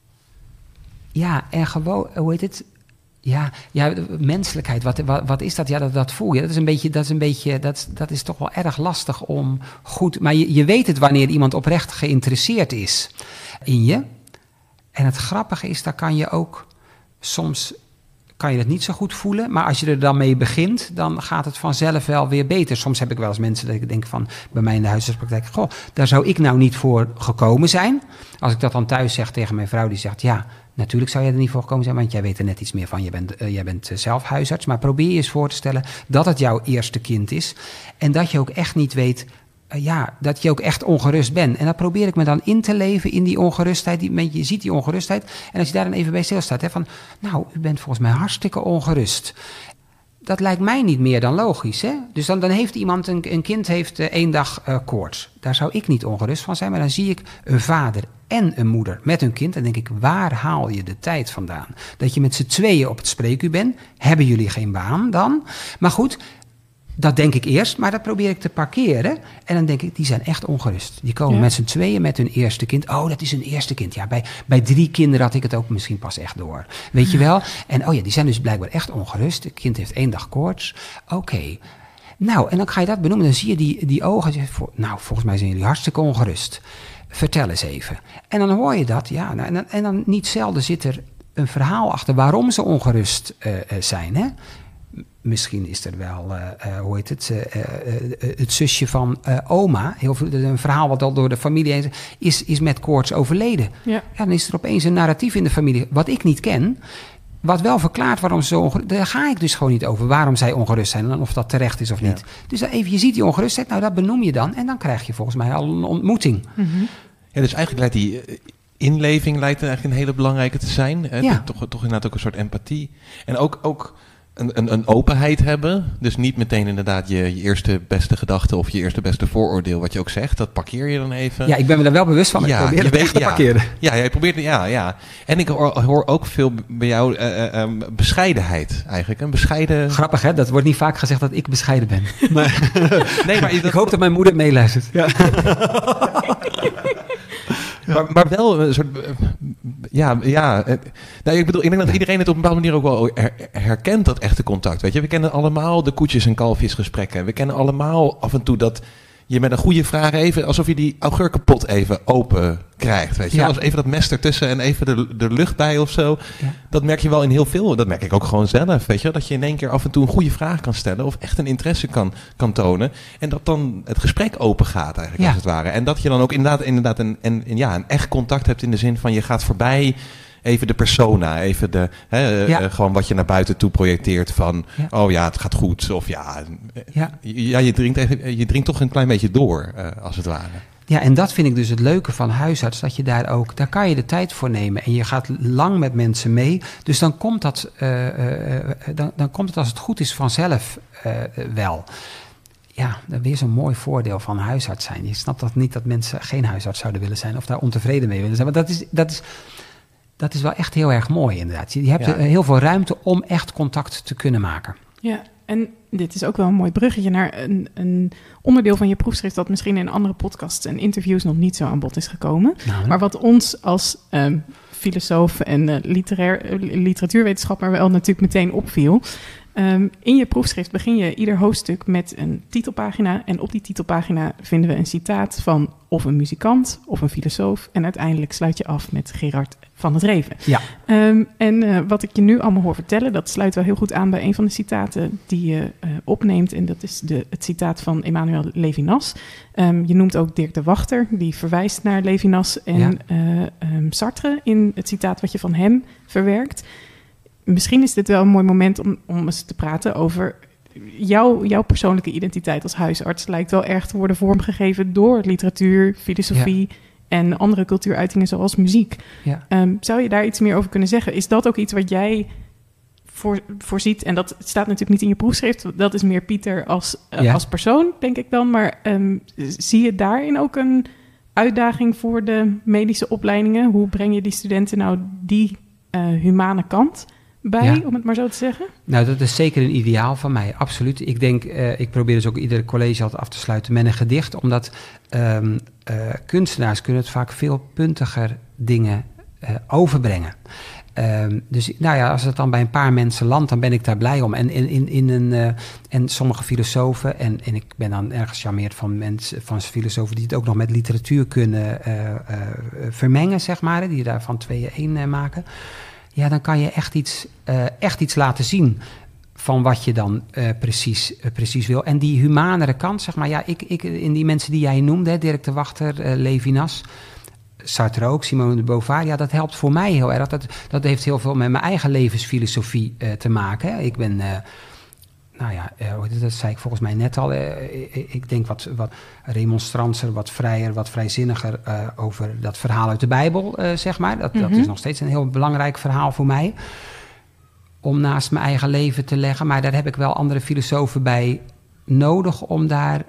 Ja, en gewoon, hoe heet het? Ja, menselijkheid, wat is dat? Ja, dat voel je. Dat is toch wel erg lastig om goed... Maar je weet het wanneer iemand oprecht geïnteresseerd is in je. En het grappige is, daar kan je ook... Soms kan je het niet zo goed voelen, maar als je er dan mee begint, dan gaat het vanzelf wel weer beter. Soms heb ik wel eens mensen dat ik denk van, bij mij in de huisartspraktijk, goh, daar zou ik nou niet voor gekomen zijn. Als ik dat dan thuis zeg tegen mijn vrouw, die zegt, ja, natuurlijk zou jij er niet voor gekomen zijn, want jij weet er net iets meer van. Jij bent zelf huisarts, maar probeer je eens voor te stellen dat het jouw eerste kind is. En dat je ook echt niet weet, dat je ook echt ongerust bent. En dat probeer ik me dan in te leven in die ongerustheid. Je ziet die ongerustheid. En als je daar dan even bij stilstaat, hè, van, nou, u bent volgens mij hartstikke ongerust. Dat lijkt mij niet meer dan logisch. Hè? Dus dan heeft iemand, een kind heeft 1 dag koorts. Daar zou ik niet ongerust van zijn. Maar dan zie ik een vader en een moeder met hun kind. En denk ik, waar haal je de tijd vandaan? Dat je met z'n tweeën op het spreekuur bent. Hebben jullie geen baan dan? Maar goed, dat denk ik eerst. Maar dat probeer ik te parkeren. En dan denk ik, die zijn echt ongerust. Die komen met z'n tweeën met hun eerste kind. Oh, dat is hun eerste kind. Ja, bij 3 kinderen had ik het ook misschien pas echt door. Weet je wel? En die zijn dus blijkbaar echt ongerust. Het kind heeft 1 dag koorts. Oké. Nou, en dan ga je dat benoemen. Dan zie je die ogen. Nou, volgens mij zijn jullie hartstikke ongerust. Vertel eens even. En dan hoor je dat. Ja, en dan niet zelden zit er een verhaal achter waarom ze ongerust zijn. Hè? Misschien is er wel, het zusje van oma. Een verhaal wat al door de familie is met koorts overleden. Ja, dan is er opeens een narratief in de familie, wat ik niet ken. Wat wel verklaart waarom ze zo ongerust... Daar ga ik dus gewoon niet over, waarom zij ongerust zijn... en of dat terecht is of niet. Dus even, je ziet die ongerustheid, nou dat benoem je dan... en dan krijg je volgens mij al een ontmoeting. Mm-hmm. Ja, dus eigenlijk lijkt die inleving eigenlijk een hele belangrijke te zijn. Ja. Toch inderdaad ook een soort empathie. En ook een openheid hebben. Dus niet meteen inderdaad je eerste beste gedachte... of je eerste beste vooroordeel, wat je ook zegt. Dat parkeer je dan even. Ja, ik ben me daar wel bewust van. Maar ik probeer het echt te parkeren. Ja, jij probeert het, ja. En ik hoor ook veel bij jou bescheidenheid eigenlijk. Een bescheiden... Grappig, hè? Dat wordt niet vaak gezegd dat ik bescheiden ben. Maar ik hoop dat mijn moeder meeluistert. Ja. Maar wel een soort... Nou, ik bedoel, ik denk dat iedereen het op een bepaalde manier ook wel herkent, dat echte contact. Weet je, we kennen allemaal de koetjes- en kalfjesgesprekken. We kennen allemaal af en toe dat je met een goede vraag even... alsof je die augurkenpot even open krijgt. Weet je, ja. Als even dat mes ertussen en even de lucht bij of zo. Ja. Dat merk je wel in heel veel. Dat merk ik ook gewoon zelf. Weet je, dat je in één keer af en toe een goede vraag kan stellen... of echt een interesse kan tonen. En dat dan het gesprek open gaat eigenlijk, als het ware. En dat je dan ook inderdaad een echt contact hebt in de zin van... je gaat voorbij... Even de persona, even gewoon wat je naar buiten toe projecteert van... oh ja, het gaat goed. Of je dringt toch een klein beetje door, als het ware. Ja, en dat vind ik dus het leuke van huisarts. Dat je daar kan je de tijd voor nemen. En je gaat lang met mensen mee. Dus dan komt dat, dan komt het als het goed is vanzelf wel. Ja, dat weer zo'n mooi voordeel van huisarts zijn. Je snapt dat niet dat mensen geen huisarts zouden willen zijn... of daar ontevreden mee willen zijn. Maar dat is wel echt heel erg mooi, inderdaad. Je hebt heel veel ruimte om echt contact te kunnen maken. Ja, en dit is ook wel een mooi bruggetje naar een onderdeel van je proefschrift... dat misschien in andere podcasts en interviews nog niet zo aan bod is gekomen. Nou, maar wat ons als filosoof en literatuurwetenschapper wel natuurlijk meteen opviel... in je proefschrift begin je ieder hoofdstuk met een titelpagina... en op die titelpagina vinden we een citaat van of een muzikant of een filosoof... en uiteindelijk sluit je af met Gerard van het Reven. Ja. Wat ik je nu allemaal hoor vertellen... dat sluit wel heel goed aan bij een van de citaten die je opneemt... en dat is het citaat van Emmanuel Levinas. Je noemt ook Dirk de Wachter, die verwijst naar Levinas... en Sartre in het citaat wat je van hem verwerkt... Misschien is dit wel een mooi moment om eens te praten over jouw persoonlijke identiteit als huisarts. Lijkt wel erg te worden vormgegeven door literatuur, filosofie en andere cultuuruitingen zoals muziek. Ja. Zou je daar iets meer over kunnen zeggen? Is dat ook iets wat jij voorziet? En dat staat natuurlijk niet in je proefschrift. Dat is meer Pieter als persoon, denk ik dan. Maar zie je daarin ook een uitdaging voor de medische opleidingen? Hoe breng je die studenten nou die humane kant bij, om het maar zo te zeggen? Nou, dat is zeker een ideaal van mij, absoluut. Ik denk, ik probeer dus ook iedere college altijd af te sluiten met een gedicht, omdat kunstenaars kunnen het vaak veel puntiger dingen overbrengen. Dus nou ja, als het dan bij een paar mensen landt, dan ben ik daar blij om. En sommige filosofen, en ik ben dan erg gecharmeerd van filosofen die het ook nog met literatuur kunnen vermengen, zeg maar, die daar van tweeën één maken. Ja, dan kan je echt iets laten zien van wat je dan precies wil. En die humanere kant, zeg maar, ik in die mensen die jij noemde, Dirk de Wachter, Levinas, Sartre ook, Simone de Beauvoir, dat helpt voor mij heel erg. Dat heeft heel veel met mijn eigen levensfilosofie te maken. Hè. Ik ben, dat zei ik volgens mij net al. Ik denk wat remonstranser, wat vrijer, wat vrijzinniger over dat verhaal uit de Bijbel, zeg maar. Dat is nog steeds een heel belangrijk verhaal voor mij. Om naast mijn eigen leven te leggen. Maar daar heb ik wel andere filosofen bij nodig om daar,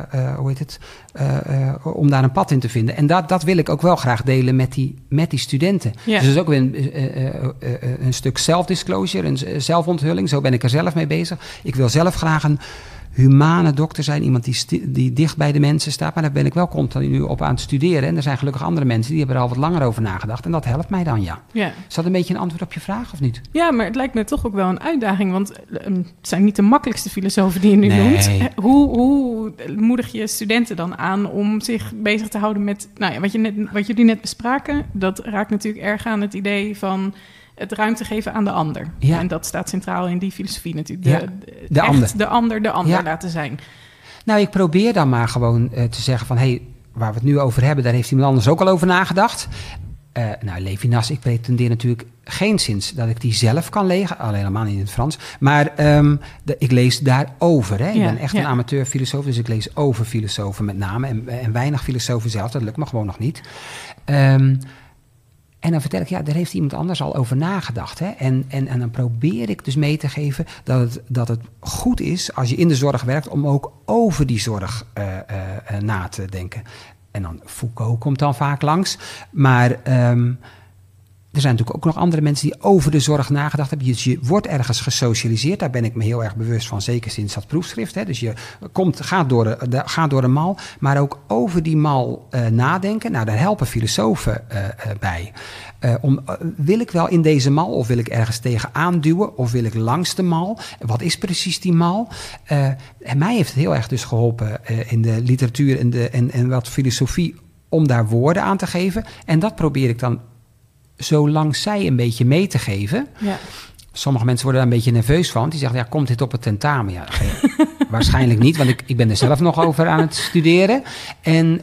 om daar een pad in te vinden. En dat wil ik ook wel graag delen met die studenten. Ja. Dus dat is ook weer een stuk self-disclosure, een zelfonthulling. Zo ben ik er zelf mee bezig. Ik wil zelf graag een humane dokter zijn. Iemand die dicht bij de mensen staat. Maar daar ben ik wel continu op aan het studeren. En er zijn gelukkig andere mensen die hebben er al wat langer over nagedacht. En dat helpt mij dan, ja. Is dat een beetje een antwoord op je vraag, of niet? Ja, maar het lijkt me toch ook wel een uitdaging. Want het zijn niet de makkelijkste filosofen die je nu noemt. Hoe moedig je studenten dan aan om zich bezig te houden met... Nou ja, wat jullie net bespraken, dat raakt natuurlijk erg aan het idee van het ruimte geven aan de ander. Ja. En dat staat centraal in die filosofie natuurlijk. De ander. De ander laten zijn. Nou, ik probeer dan maar gewoon te zeggen van... waar we het nu over hebben, daar heeft iemand anders ook al over nagedacht. Levinas, ik pretendeer natuurlijk geenszins dat ik die zelf kan lezen. Alleen helemaal niet in het Frans. Maar ik lees daarover. Hè. Ik ben echt een amateurfilosoof, dus ik lees over filosofen met name. En weinig filosofen zelf, dat lukt me gewoon nog niet. En dan vertel ik, daar heeft iemand anders al over nagedacht. Hè? En dan probeer ik dus mee te geven dat het goed is als je in de zorg werkt... om ook over die zorg na te denken. En dan Foucault komt dan vaak langs. Maar er zijn natuurlijk ook nog andere mensen die over de zorg nagedacht hebben. Dus je wordt ergens gesocialiseerd. Daar ben ik me heel erg bewust van, zeker sinds dat proefschrift. Hè. Dus je gaat door een mal, maar ook over die mal nadenken. Nou, daar helpen filosofen bij. Wil ik wel in deze mal of wil ik ergens tegenaan duwen of wil ik langs de mal? Wat is precies die mal? En mij heeft het heel erg dus geholpen in de literatuur en wat filosofie om daar woorden aan te geven. En dat probeer ik dan zo langs zij een beetje mee te geven. Ja. Sommige mensen worden daar een beetje nerveus van. Die zeggen, komt dit op het tentamen? Ja, waarschijnlijk niet, want ik ben er zelf nog over aan het studeren. En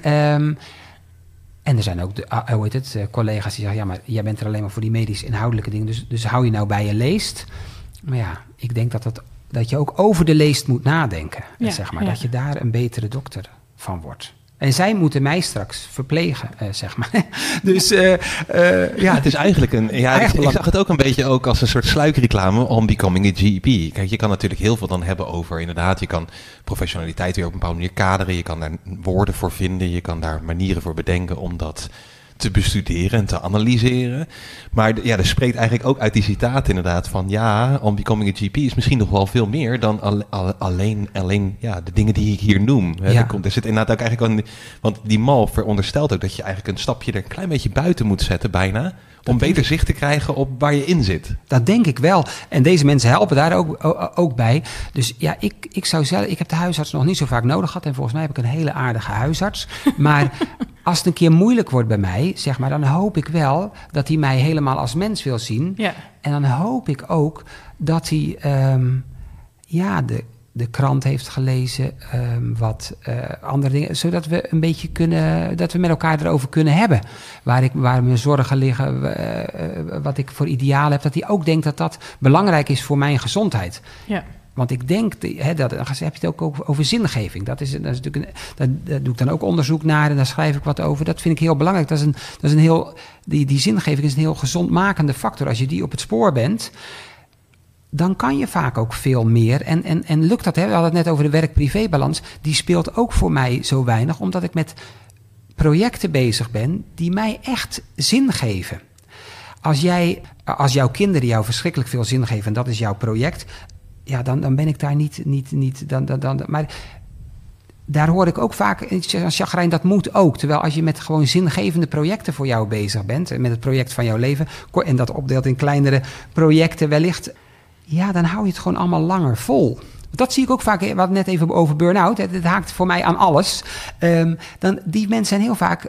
er zijn ook collega's die zeggen... maar jij bent er alleen maar voor die medisch-inhoudelijke dingen... Dus hou je nou bij je leest. Maar ja, ik denk dat je ook over de leest moet nadenken. Zeg maar, dat je daar een betere dokter van wordt. En zij moeten mij straks verplegen, zeg maar. Dus het is eigenlijk ik zag het ook een beetje ook als een soort sluikreclame on becoming a GP. Kijk, je kan natuurlijk heel veel dan hebben over, inderdaad, je kan professionaliteit weer op een bepaalde manier kaderen. Je kan daar woorden voor vinden, je kan daar manieren voor bedenken om dat te bestuderen en te analyseren. Maar er spreekt eigenlijk ook uit die citaat inderdaad van on becoming a GP is misschien nog wel veel meer dan alleen de dingen die ik hier noem. Er zit inderdaad ook eigenlijk want die mal veronderstelt ook dat je eigenlijk een stapje er een klein beetje buiten moet zetten bijna, om beter zicht te krijgen op waar je in zit. Dat denk ik wel. En deze mensen helpen daar ook bij. Dus ik zou zeggen, ik heb de huisarts nog niet zo vaak nodig gehad. En volgens mij heb ik een hele aardige huisarts. Maar als het een keer moeilijk wordt bij mij, zeg maar, dan hoop ik wel dat hij mij helemaal als mens wil zien. Ja. En dan hoop ik ook dat hij de krant heeft gelezen, wat andere dingen, zodat we een beetje dat we met elkaar erover kunnen hebben. Waar mijn zorgen liggen, wat ik voor idealen heb, dat hij ook denkt dat dat belangrijk is voor mijn gezondheid. Ja. Want ik denk, dan heb je het ook over zingeving. Dat is natuurlijk daar doe ik dan ook onderzoek naar en daar schrijf ik wat over. Dat vind ik heel belangrijk. Dat is een heel, die zingeving is een heel gezondmakende factor. Als je die op het spoor bent, dan kan je vaak ook veel meer. En lukt dat, we hadden het net over de werk-privé-balans. Die speelt ook voor mij zo weinig, omdat ik met projecten bezig ben die mij echt zin geven. Als jouw kinderen jou verschrikkelijk veel zin geven en dat is jouw project, dan ben ik daar niet. Maar daar hoor ik ook vaak als chagrijn, dat moet ook. Terwijl als je met gewoon zingevende projecten voor jou bezig bent, met het project van jouw leven, en dat opdeelt in kleinere projecten wellicht, dan hou je het gewoon allemaal langer vol. Dat zie ik ook vaak, we hadden net even over burn-out, het haakt voor mij aan alles. Die mensen zijn heel vaak,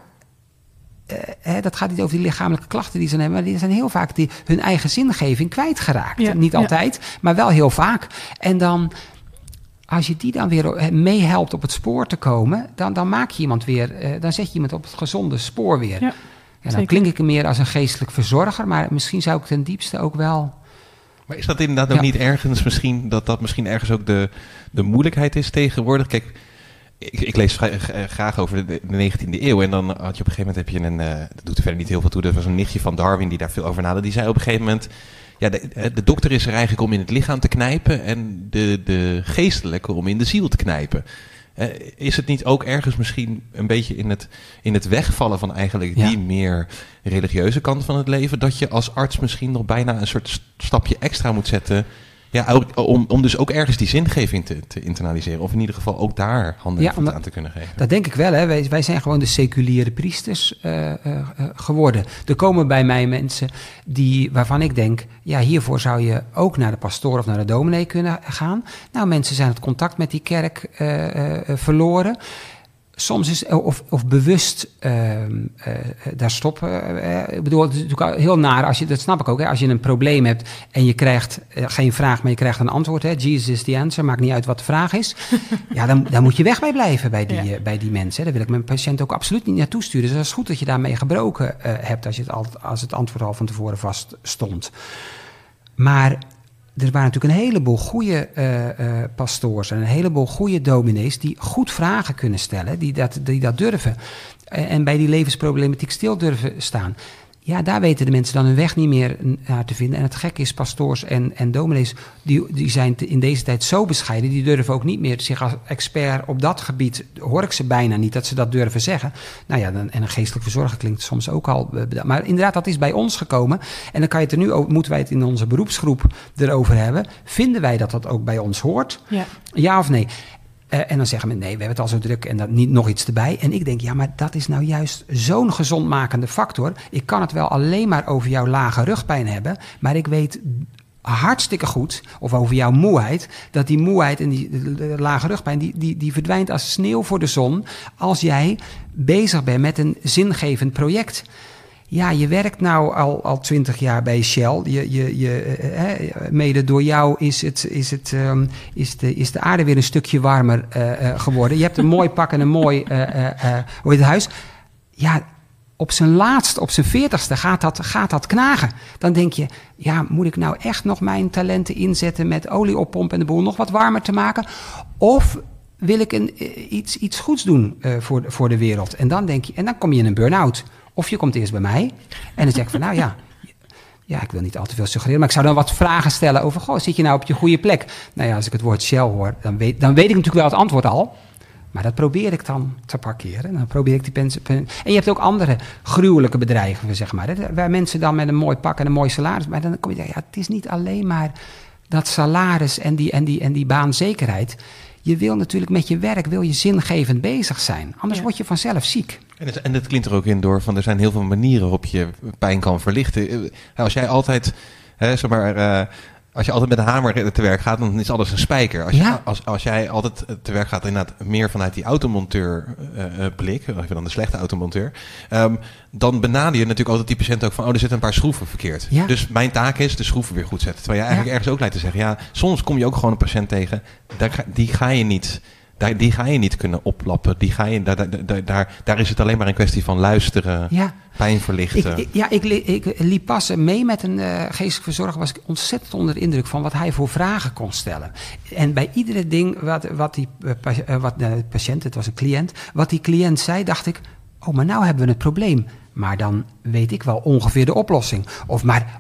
dat gaat niet over die lichamelijke klachten die ze hebben, maar die zijn heel vaak hun eigen zingeving kwijtgeraakt. Ja, niet altijd, maar wel heel vaak. En dan, als je die dan weer meehelpt op het spoor te komen, dan maak je iemand weer, dan zet je iemand op het gezonde spoor weer. Ja, dan klink ik meer als een geestelijk verzorger, maar misschien zou ik ten diepste ook wel. Maar is dat inderdaad ook niet ergens misschien, dat misschien ergens ook de moeilijkheid is tegenwoordig? Kijk, ik lees graag over de 19e eeuw en dan had je op een gegeven moment, dat doet er verder niet heel veel toe, dat was een nichtje van Darwin die daar veel over nadacht. Die zei op een gegeven moment, de dokter is er eigenlijk om in het lichaam te knijpen en de geestelijke om in de ziel te knijpen. Is het niet ook ergens misschien een beetje in het wegvallen van eigenlijk die meer religieuze kant van het leven, dat je als arts misschien nog bijna een soort stapje extra moet zetten, om dus ook ergens die zingeving te internaliseren, of in ieder geval ook daar handen en voeten aan te kunnen geven? Dat denk ik wel. Hè. Wij zijn gewoon de seculiere priesters geworden. Er komen bij mij mensen waarvan ik denk, hiervoor zou je ook naar de pastoor of naar de dominee kunnen gaan. Nou, mensen zijn het contact met die kerk verloren. soms is of bewust daar stoppen. Ik bedoel, het is natuurlijk heel naar als je, dat snap ik ook. Hè, als je een probleem hebt en je krijgt geen vraag, maar je krijgt een antwoord. Hè, Jesus is the answer, maakt niet uit wat de vraag is. Ja, dan moet je weg bij blijven bij die mensen. Hè. Daar wil ik mijn patiënt ook absoluut niet naartoe sturen. Dus het is goed dat je daarmee gebroken hebt als het antwoord al van tevoren vast stond. Maar er waren natuurlijk een heleboel goede pastoors en een heleboel goede dominees die goed vragen kunnen stellen, die dat durven. En bij die levensproblematiek stil durven staan. Ja, daar weten de mensen dan hun weg niet meer naar te vinden. En het gekke is, pastoors en dominees, die zijn in deze tijd zo bescheiden, die durven ook niet meer zich als expert op dat gebied, hoor ik ze bijna niet, dat ze dat durven zeggen. Nou ja, en een geestelijk verzorger klinkt soms ook al. Maar inderdaad, dat is bij ons gekomen. En dan kan je het er nu over, moeten wij het in onze beroepsgroep erover hebben. Vinden wij dat dat ook bij ons hoort? Ja of nee? En dan zeggen we, nee, we hebben het al zo druk en dan niet nog iets erbij. En ik denk, ja, maar dat is nou juist zo'n gezondmakende factor. Ik kan het wel alleen maar over jouw lage rugpijn hebben, maar ik weet hartstikke goed, of over jouw moeheid, dat die moeheid en die lage rugpijn, die verdwijnt als sneeuw voor de zon als jij bezig bent met een zingevend project. Ja, je werkt nou al 20 jaar bij Shell. Mede door jou is de aarde weer een stukje warmer geworden. Je hebt een mooi pak en een mooi huis. Ja, op zijn 40ste gaat dat knagen. Dan denk je, ja, moet ik nou echt nog mijn talenten inzetten met olie oppompen en de boel nog wat warmer te maken? Of wil ik iets goeds doen voor de wereld? En dan denk je, en dan kom je in een burn-out. Of je komt eerst bij mij en dan zeg ik van, nou ja, ik wil niet al te veel suggereren, maar ik zou dan wat vragen stellen over, goh, zit je nou op je goede plek? Nou ja, als ik het woord Shell hoor, dan weet ik natuurlijk wel het antwoord al. Maar dat probeer ik dan te parkeren. Dan probeer ik die mensen. En je hebt ook andere gruwelijke bedrijven, zeg maar. Hè, waar mensen dan met een mooi pak en een mooi salaris. Maar dan kom je, ja, het is niet alleen maar dat salaris en die baanzekerheid. Je wil natuurlijk met je werk zingevend bezig zijn. Anders word je vanzelf ziek. En dat klinkt er ook in door van er zijn heel veel manieren waarop je pijn kan verlichten. Als jij altijd, als je altijd met een hamer te werk gaat, dan is alles een spijker. Als jij altijd te werk gaat inderdaad meer vanuit die automonteur blik, even dan de slechte automonteur, dan benader je natuurlijk altijd die patiënt ook van, er zitten een paar schroeven verkeerd. Ja. Dus mijn taak is de schroeven weer goed zetten. Terwijl je eigenlijk ergens ook lijkt te zeggen, ja, soms kom je ook gewoon een patiënt tegen, die ga je niet kunnen oplappen. Daar is het alleen maar een kwestie van luisteren, pijn verlichten. Ik liep pas mee met een geestelijk verzorger. Was ik ontzettend onder de indruk van wat hij voor vragen kon stellen. En bij iedere ding wat de patiënt, het was een cliënt, wat die cliënt zei, dacht ik, maar nou hebben we het probleem. Maar dan weet ik wel ongeveer de oplossing. Of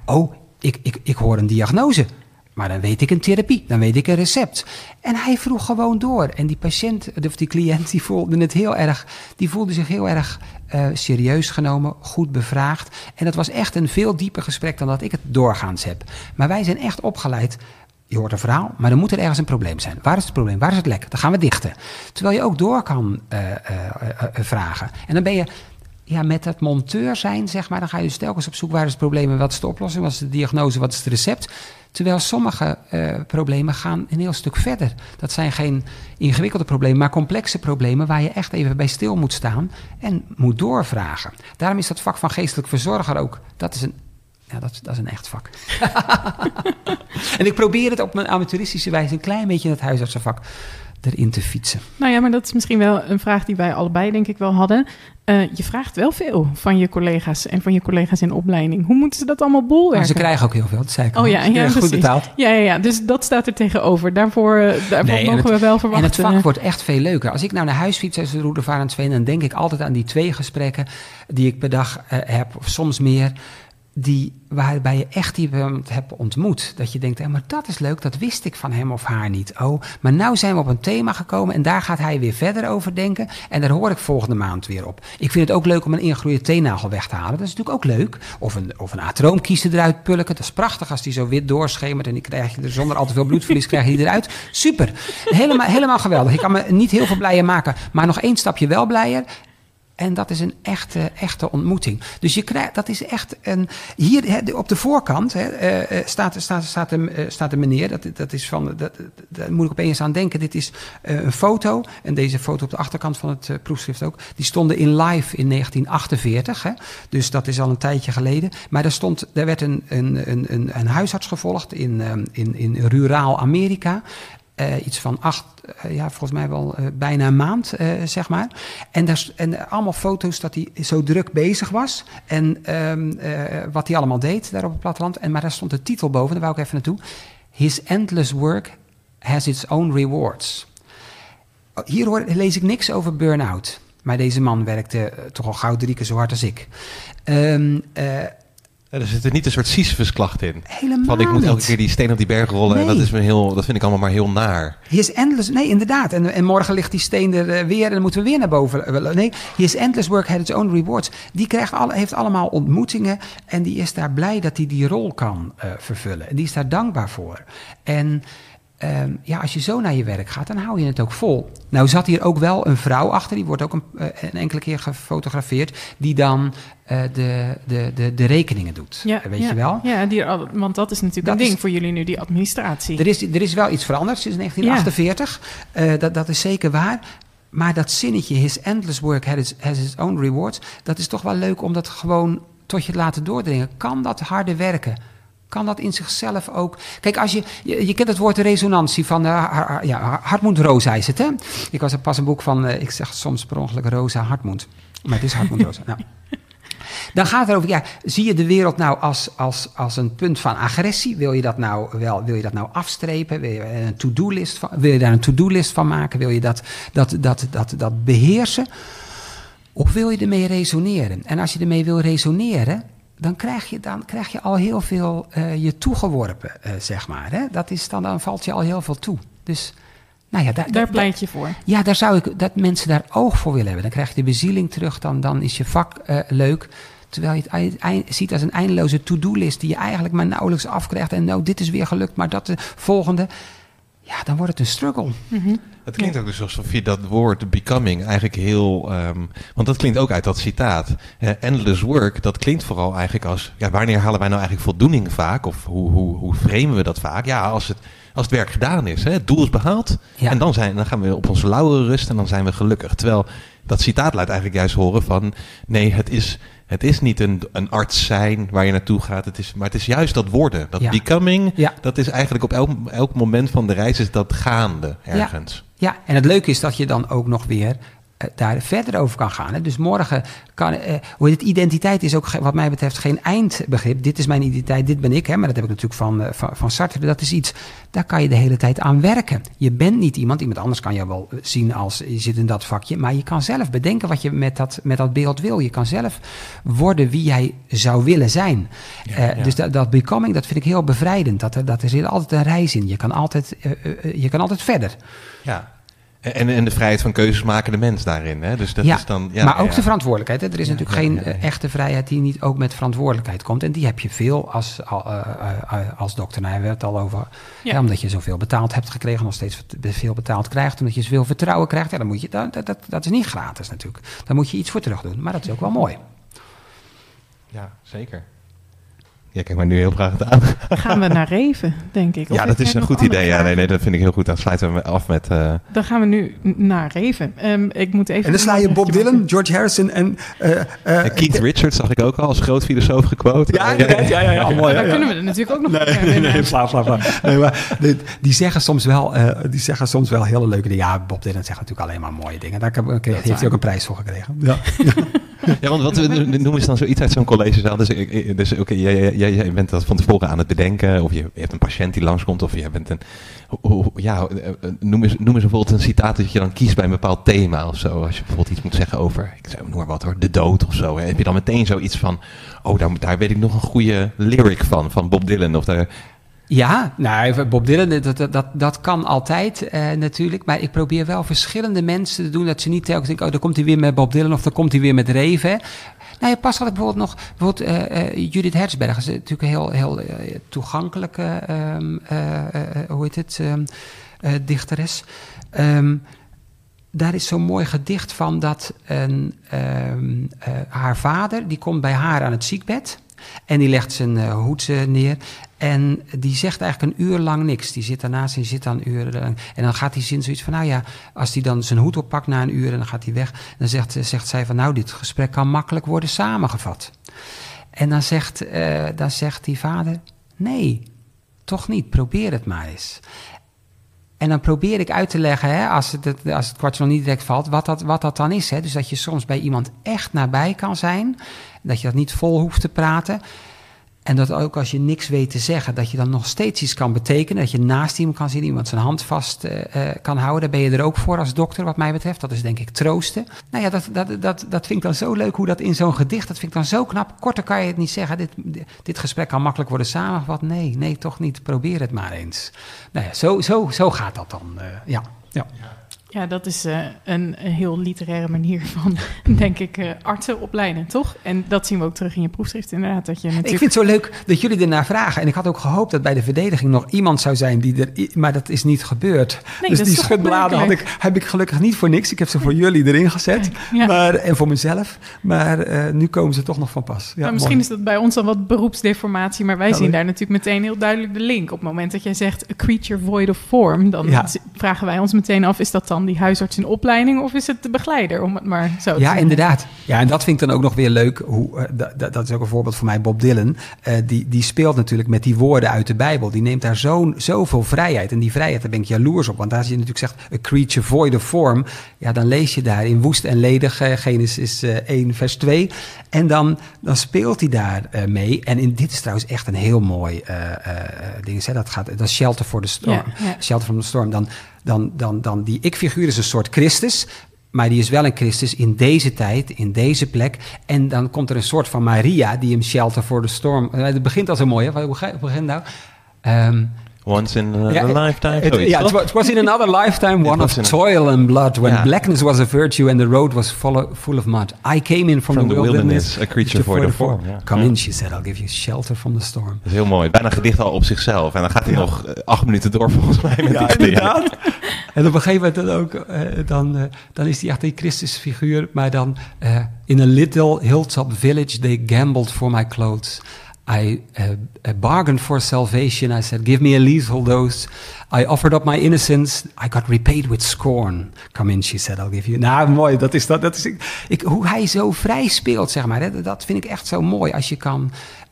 ik hoor een diagnose. Maar dan weet ik een therapie, dan weet ik een recept. En hij vroeg gewoon door. En die patiënt, of die cliënt, die voelde zich heel erg serieus genomen, goed bevraagd. En dat was echt een veel dieper gesprek dan dat ik het doorgaans heb. Maar wij zijn echt opgeleid. Je hoort een verhaal, maar er moet er ergens een probleem zijn. Waar is het probleem? Waar is het lek? Dan gaan we dichten. Terwijl je ook door kan vragen. En dan ben je met het monteur zijn, zeg maar. Dan ga je dus telkens op zoek, waar is het probleem en wat is de oplossing? Wat is de diagnose? Wat is het recept? Terwijl sommige problemen gaan een heel stuk verder. Dat zijn geen ingewikkelde problemen, maar complexe problemen waar je echt even bij stil moet staan en moet doorvragen. Daarom is dat vak van geestelijk verzorger ook, dat is een echt vak. En ik probeer het op mijn amateuristische wijze een klein beetje in het huisartsenvak erin te fietsen. Nou ja, maar dat is misschien wel een vraag die wij allebei denk ik wel hadden. Je vraagt wel veel van je collega's en van je collega's in opleiding. Hoe moeten ze dat allemaal bolwerken? Maar ze krijgen ook heel veel, dat zei ik al. Ja, goed betaald. Ja, dus dat staat er tegenover. Daarvoor mogen we wel verwachten. En het vak wordt echt veel leuker. Als ik nou naar huis fiets als Roede Varensveen, dan denk ik altijd aan die 2 gesprekken die ik per dag heb, of soms meer. Waarbij je echt iemand hebt ontmoet. Dat je denkt, maar dat is leuk, dat wist ik van hem of haar niet. Maar nou zijn we op een thema gekomen en daar gaat hij weer verder over denken. En daar hoor ik volgende maand weer op. Ik vind het ook leuk om een ingegroeide teennagel weg te halen. Dat is natuurlijk ook leuk. Of een atroomkiezer eruit pulken. Dat is prachtig als die zo wit doorschemert en die krijg je er zonder al te veel bloedverlies krijg je die eruit. Super. Helemaal geweldig. Ik kan me niet heel veel blijer maken, maar nog 1 stapje wel blijer. En dat is een echte ontmoeting. Dus je krijgt, dat is echt een... Hier op de voorkant staat een meneer. Dat is van... Daar moet ik opeens aan denken. Dit is een foto. En deze foto op de achterkant van het proefschrift ook. Die stonden in Live in 1948. Hè. Dus dat is al een tijdje geleden. Maar daar werd een huisarts gevolgd in ruraal Amerika. Iets van 8, volgens mij wel bijna een maand, zeg maar. En allemaal foto's dat hij zo druk bezig was. En wat hij allemaal deed daar op het platteland. Maar daar stond de titel boven, daar wou ik even naartoe. His endless work has its own rewards. Hier lees ik niks over burn-out. Maar deze man werkte toch al gauw 3 keer zo hard als ik. Er zit er niet een soort Sisyphus-klacht in. Helemaal van ik moet elke niet. keer die steen op die berg rollen. Nee. En dat vind ik allemaal maar heel naar. He is endless. Nee, inderdaad. En morgen ligt die steen er weer en dan moeten we weer naar boven. Nee, his endless work had its own rewards. Die heeft allemaal ontmoetingen en die is daar blij dat hij die rol kan vervullen. En die is daar dankbaar voor. En als je zo naar je werk gaat, dan hou je het ook vol. Nou zat hier ook wel een vrouw achter, die wordt ook een enkele keer gefotografeerd, die dan de rekeningen doet. Ja, weet je wel? Ja, want dat is natuurlijk een ding voor jullie nu, die administratie. Er is wel iets veranderd sinds 1948. Ja. Dat is zeker waar. Maar dat zinnetje, his endless work has its own rewards, dat is toch wel leuk om dat gewoon tot je te laten doordringen. Kan dat harde werken? Kan dat in zichzelf ook... Kijk, als je kent het woord resonantie van... Hartmut Rosa is het, hè? Ik was er pas een boek van... ik zeg soms per ongeluk Rosa Hartmut. Maar het is Hartmut Rosa. Nou. Dan gaat het erover... zie je de wereld nou als een punt van agressie? Wil je dat nou afstrepen? Wil je daar een to-do-list van maken? Wil je dat beheersen? Of wil je ermee resoneren? En als je ermee wil resoneren... Dan krijg je al heel veel je toegeworpen, zeg maar. Hè? Dan valt je al heel veel toe. Dus, daar pleit je voor. Ja, daar zou ik dat mensen daar oog voor willen hebben. Dan krijg je de bezieling terug, dan is je vak leuk. Terwijl je het ziet als een eindeloze to-do-list die je eigenlijk maar nauwelijks afkrijgt. En dit is weer gelukt, maar dat de volgende... Ja, dan wordt het een struggle. Mm-hmm. Het klinkt ook dus alsof je dat woord becoming eigenlijk heel... want dat klinkt ook uit dat citaat. Endless work, dat klinkt vooral eigenlijk als... wanneer halen wij nou eigenlijk voldoening vaak? Of hoe framen we dat vaak? Ja, als het werk gedaan is. Hè? Het doel is behaald. Ja. En dan gaan we op onze lauweren rusten en dan zijn we gelukkig. Terwijl dat citaat laat eigenlijk juist horen van... Nee, het is niet een arts zijn waar je naartoe gaat. Maar het is juist dat worden. Dat becoming, dat is eigenlijk op elk moment van de reis is dat gaande ergens. Ja, en het leuke is dat je dan ook nog weer daar verder over kan gaan. Hè. Dus morgen kan... identiteit is ook wat mij betreft geen eindbegrip. Dit is mijn identiteit, dit ben ik. Hè, maar dat heb ik natuurlijk van Sartre. Dat is iets, daar kan je de hele tijd aan werken. Je bent niet iemand anders kan jou wel zien als je zit in dat vakje. Maar je kan zelf bedenken wat je met dat beeld wil. Je kan zelf worden wie jij zou willen zijn. Dus dat becoming, dat vind ik heel bevrijdend. Dat er zit altijd een reis in. Je kan altijd verder. Ja. En de vrijheid van keuzes maken de mens daarin. Hè? Dus dat is dan, maar ook de verantwoordelijkheid. Hè? Er is natuurlijk geen echte vrijheid die niet ook met verantwoordelijkheid komt. En die heb je veel als dokter. Nou, we hebben het al over. Ja. Ja, omdat je zoveel betaald hebt gekregen, nog steeds veel betaald krijgt. Omdat je zoveel vertrouwen krijgt. Ja, dan moet je, dat is niet gratis natuurlijk. Daar moet je iets voor terug doen. Maar dat is ook wel mooi. Ja, zeker. Ja, kijk maar nu heel graag aan. Gaan we naar Reven, denk ik. Of dat is een goed idee. Ja, nee, dat vind ik heel goed. Dan sluiten we af met... Dan gaan we nu naar Reven. Ik moet even... En dan sla je Bob Dylan, George Harrison en... Keith Richards zag ik ook al als groot filosoof gequote. Ja. Mooi, daar kunnen we er natuurlijk ook nog... Nee, flauw. Nee, maar die zeggen soms wel hele leuke dingen. Ja, Bob Dylan zegt natuurlijk alleen maar mooie dingen. Daar heeft hij ook een prijs voor gekregen. Ja. Ja, want wat noemen ze dan zoiets uit zo'n collegezaal? Dus oké, jij bent dat van tevoren aan het bedenken, of je hebt een patiënt die langskomt, of je bent noem eens bijvoorbeeld een citaat dat je dan kiest bij een bepaald thema of zo. Als je bijvoorbeeld iets moet zeggen over, noem maar wat hoor, de dood of zo. Heb je dan meteen zoiets van, daar weet ik nog een goede lyric van Bob Dylan of daar... Ja, Bob Dylan, dat kan altijd natuurlijk. Maar ik probeer wel verschillende mensen te doen, dat ze niet telkens denken, dan komt hij weer met Bob Dylan of dan komt hij weer met Reven. Nou, pas had ik bijvoorbeeld Judith Herzberg, is natuurlijk een heel toegankelijke, dichteres. daar is zo'n mooi gedicht van dat haar vader, die komt bij haar aan het ziekbed en die legt zijn hoed neer en die zegt eigenlijk een uur lang niks. Die zit daarnaast en die zit dan een uur lang. En dan gaat die zin zoiets van, nou ja, als hij dan zijn hoed oppakt na een uur en dan gaat hij weg, dan zegt zij van, nou, dit gesprek kan makkelijk worden samengevat. En dan zegt die vader, nee, toch niet, probeer het maar eens. En dan probeer ik uit te leggen, hè, als het kwartje nog niet direct valt, wat dat dan is. Hè. Dus dat je soms bij iemand echt nabij kan zijn, dat je dat niet vol hoeft te praten. En dat ook als je niks weet te zeggen, dat je dan nog steeds iets kan betekenen. Dat je naast iemand kan zitten, iemand zijn hand vast kan houden. Daar ben je er ook voor als dokter, wat mij betreft. Dat is denk ik troosten. Nou ja, dat vind ik dan zo leuk, hoe dat in zo'n gedicht, dat vind ik dan zo knap. Korter kan je het niet zeggen. Dit gesprek kan makkelijk worden samengevat. Nee, toch niet. Probeer het maar eens. Nou ja, zo gaat dat dan. Ja. Ja, dat is een heel literaire manier van, denk ik, artsen opleiden, toch? En dat zien we ook terug in je proefschrift, inderdaad. Dat je natuurlijk... Ik vind het zo leuk dat jullie ernaar vragen. En ik had ook gehoopt dat bij de verdediging nog iemand zou zijn maar dat is niet gebeurd. Nee, dus die schutbladen heb ik gelukkig niet voor niks. Ik heb ze voor jullie erin gezet. En voor mezelf. Maar nu komen ze toch nog van pas. Ja, misschien mooi. Is dat bij ons dan wat beroepsdeformatie, maar wij zien daar natuurlijk meteen heel duidelijk de link. Op het moment dat jij zegt, a creature void of form, dan vragen wij ons meteen af, is dat dan die huisarts in opleiding of is het de begeleider, om het maar zo te zeggen? Ja, inderdaad. Ja, en dat vind ik dan ook nog weer leuk. Dat is ook een voorbeeld voor mij, Bob Dylan. Die speelt natuurlijk met die woorden uit de Bijbel. Die neemt daar zoveel vrijheid. En die vrijheid, daar ben ik jaloers op. Want als je natuurlijk zegt, a creature void of form, ja, dan lees je daar in woest en ledig, Genesis 1 vers 2. En dan speelt hij daar mee. En dit is trouwens echt een heel mooi ding. Dat is Shelter for the Storm. Ja. Shelter from the Storm. Dan die ik-figuur is een soort Christus, maar die is wel een Christus in deze tijd, in deze plek. En dan komt er een soort van Maria die hem Shelter for the Storm... Het begint al zo mooi, hè? Hoe begint nou? Once in a lifetime. It was in another lifetime, one of toil and blood, when blackness was a virtue and the road was full of mud. I came in from the wilderness, a creature void of form. Come in, she said, I'll give you shelter from the storm. Dat is heel mooi. Bijna gedicht al op zichzelf. En dan gaat hij nog 8 minuten door volgens mij met die inderdaad. En op een gegeven moment dan ook, dan is hij echt die Christusfiguur, maar dan in a little hilltop village they gambled for my clothes. I bargained for salvation. I said, give me a lethal dose. I offered up my innocence. I got repaid with scorn. Come in, she said, I'll give you... Nou, mooi. Dat is hoe hij zo vrij speelt, zeg maar. Hè, dat vind ik echt zo mooi. Als je kan...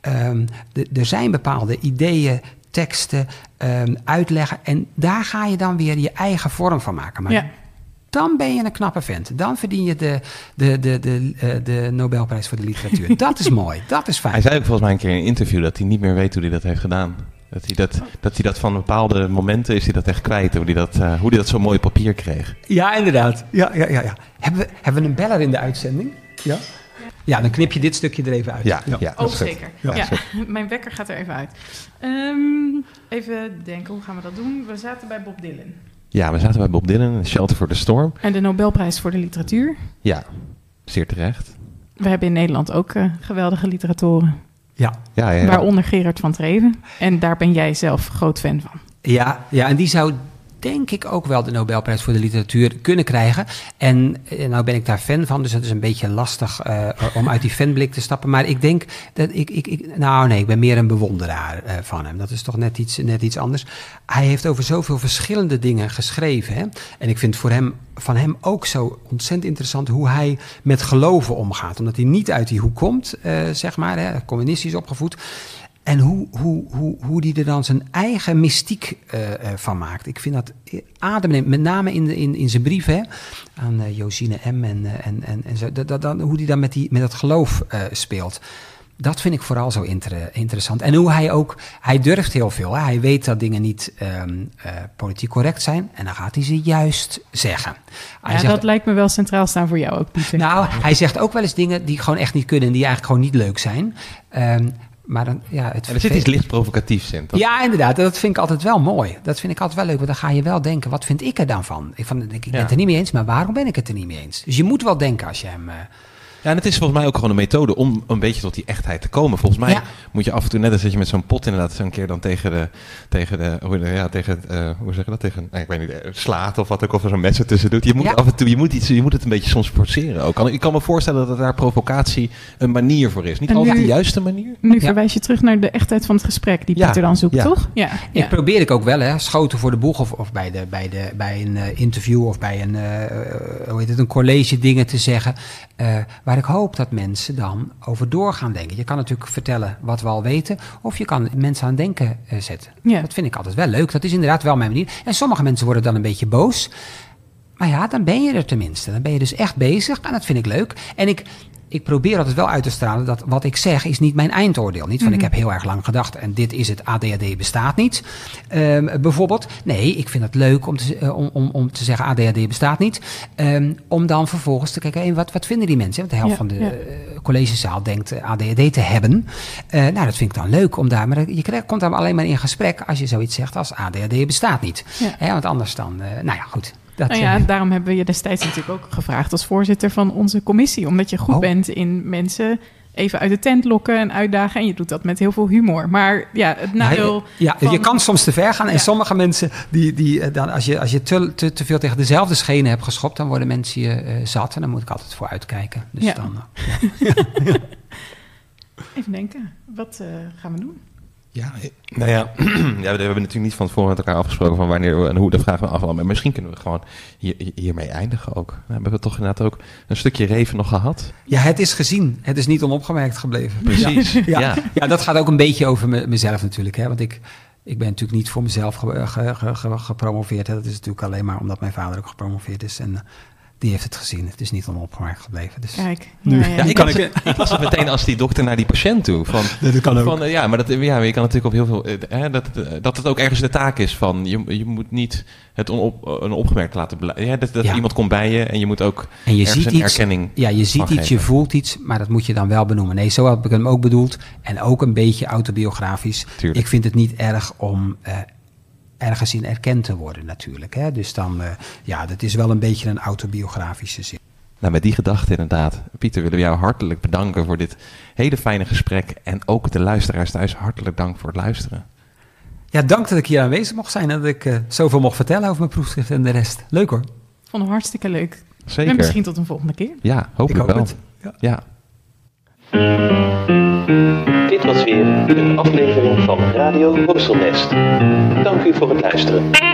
er zijn bepaalde ideeën, teksten, uitleggen. En daar ga je dan weer je eigen vorm van maken. Maar dan ben je een knappe vent. Dan verdien je de Nobelprijs voor de literatuur. Dat is mooi, dat is fijn. Hij zei ook volgens mij een keer in een interview dat hij niet meer weet hoe hij dat heeft gedaan. Dat hij dat van bepaalde momenten is hij dat echt kwijt. Hoe hij dat zo mooi op papier kreeg. Ja, inderdaad. Ja. Hebben we een beller in de uitzending? Ja? Ja, dan knip je dit stukje er even uit. Ja, zeker. Ja. Mijn wekker gaat er even uit. Even denken, hoe gaan we dat doen? We zaten bij Bob Dylan. Ja, we zaten bij Bob Dylan, Shelter for the Storm. En de Nobelprijs voor de literatuur. Ja, zeer terecht. We hebben in Nederland ook geweldige literatoren. Ja. Waaronder Gerard van Treven. En daar ben jij zelf groot fan van. Ja, en die zou denk ik ook wel de Nobelprijs voor de literatuur kunnen krijgen. En nou ben ik daar fan van, dus het is een beetje lastig om uit die fanblik te stappen. Maar ik denk dat ik ben meer een bewonderaar van hem. Dat is toch net iets anders. Hij heeft over zoveel verschillende dingen geschreven. Hè? En ik vind van hem ook zo ontzettend interessant hoe hij met geloven omgaat. Omdat hij niet uit die hoek komt, zeg maar, hè, communistisch opgevoed. En hoe die er dan zijn eigen mystiek van maakt. Ik vind dat adembenemend. Met name in zijn brieven aan Josine M. en zo. Hoe die dan met dat geloof speelt. Dat vind ik vooral zo interessant. En hoe hij durft heel veel. Hè? Hij weet dat dingen niet politiek correct zijn. En dan gaat hij ze juist zeggen. Dat lijkt me wel centraal staan voor jou ook, Pieter. Nou, hij zegt ook wel eens dingen die gewoon echt niet kunnen. En die eigenlijk gewoon niet leuk zijn. Maar dan, er zit iets licht provocatiefs in, toch? Ja, inderdaad. Dat vind ik altijd wel mooi. Dat vind ik altijd wel leuk. Want dan ga je wel denken, wat vind ik er dan van? Ik ben het er niet mee eens, maar waarom ben ik het er niet mee eens? Dus je moet wel denken als je hem... Ja, en het is volgens mij ook gewoon een methode om een beetje tot die echtheid te komen. Volgens mij moet je af en toe, net als dat je met zo'n pot inderdaad zo'n keer dan tegen ik weet niet, slaat of wat ook, of er zo'n mes ertussen doet. Je moet af en toe, je moet het een beetje soms forceren ook. Ik kan me voorstellen dat daar provocatie een manier voor is. Niet altijd de juiste manier. Nu verwijs je terug naar de echtheid van het gesprek die Pieter dan zoekt, toch? Ja. Ik probeer ik ook wel, schoten voor de boeg of bij een interview of bij een college dingen te zeggen, waar ik hoop dat mensen dan over door gaan denken. Je kan natuurlijk vertellen wat we al weten, of je kan mensen aan denken zetten. Ja. Dat vind ik altijd wel leuk. Dat is inderdaad wel mijn manier. En sommige mensen worden dan een beetje boos. Maar ja, dan ben je er tenminste. Dan ben je dus echt bezig en dat vind ik leuk. En ik probeer altijd wel uit te stralen dat wat ik zeg is niet mijn eindoordeel. Niet van ik heb heel erg lang gedacht en dit is het, ADHD bestaat niet. Bijvoorbeeld, nee, ik vind het leuk om te zeggen ADHD bestaat niet. Om dan vervolgens te kijken, wat vinden die mensen? Want de helft van de collegezaal denkt ADHD te hebben. Dat vind ik dan leuk om daar, maar je komt daar alleen maar in gesprek als je zoiets zegt als ADHD bestaat niet. Ja. Want anders dan, goed. Daarom hebben we je destijds natuurlijk ook gevraagd als voorzitter van onze commissie. Omdat je goed bent in mensen even uit de tent lokken en uitdagen. En je doet dat met heel veel humor. Maar het nadeel... Je kan soms te ver gaan. En sommige mensen, die dan, als je te veel tegen dezelfde schenen hebt geschopt, dan worden mensen je zat. En dan moet ik altijd voor uitkijken. Dus Even denken, wat gaan we doen? Ja, we hebben natuurlijk niet van tevoren met elkaar afgesproken van wanneer en hoe, dat vragen we af. Maar misschien kunnen we gewoon hiermee eindigen ook. Dan hebben we toch inderdaad ook een stukje Reven nog gehad. Ja, het is gezien. Het is niet onopgemerkt gebleven. Precies. Ja, dat gaat ook een beetje over mezelf natuurlijk. Hè? Want ik ben natuurlijk niet voor mezelf gepromoveerd. Hè? Dat is natuurlijk alleen maar omdat mijn vader ook gepromoveerd is. En die heeft het gezien. Het is niet onopgemerkt gebleven. Dus kijk. Ik las het meteen als die dokter naar die patiënt toe. Dat kan ook. Maar je kan natuurlijk op heel veel... dat het ook ergens de taak is van... Je moet niet het onopgemerkt laten blijven. Iemand komt bij je en je moet ook ergens een erkenning. Ja, je ziet iets, je voelt iets, maar dat moet je dan wel benoemen. Nee, zo heb ik hem ook bedoeld. En ook een beetje autobiografisch. Tuurlijk. Ik vind het niet erg om... ergens in erkend te worden natuurlijk. Hè? Dus dan, dat is wel een beetje een autobiografische zin. Nou, met die gedachte inderdaad. Pieter, willen we jou hartelijk bedanken voor dit hele fijne gesprek. En ook de luisteraars thuis hartelijk dank voor het luisteren. Ja, dank dat ik hier aanwezig mocht zijn en dat ik zoveel mocht vertellen over mijn proefschrift en de rest. Leuk hoor. Vond hem hartstikke leuk. Zeker. En misschien tot een volgende keer. Ja, hopelijk wel. Ja. Dit was weer een aflevering van Radio Horselnest. Dank u voor het luisteren.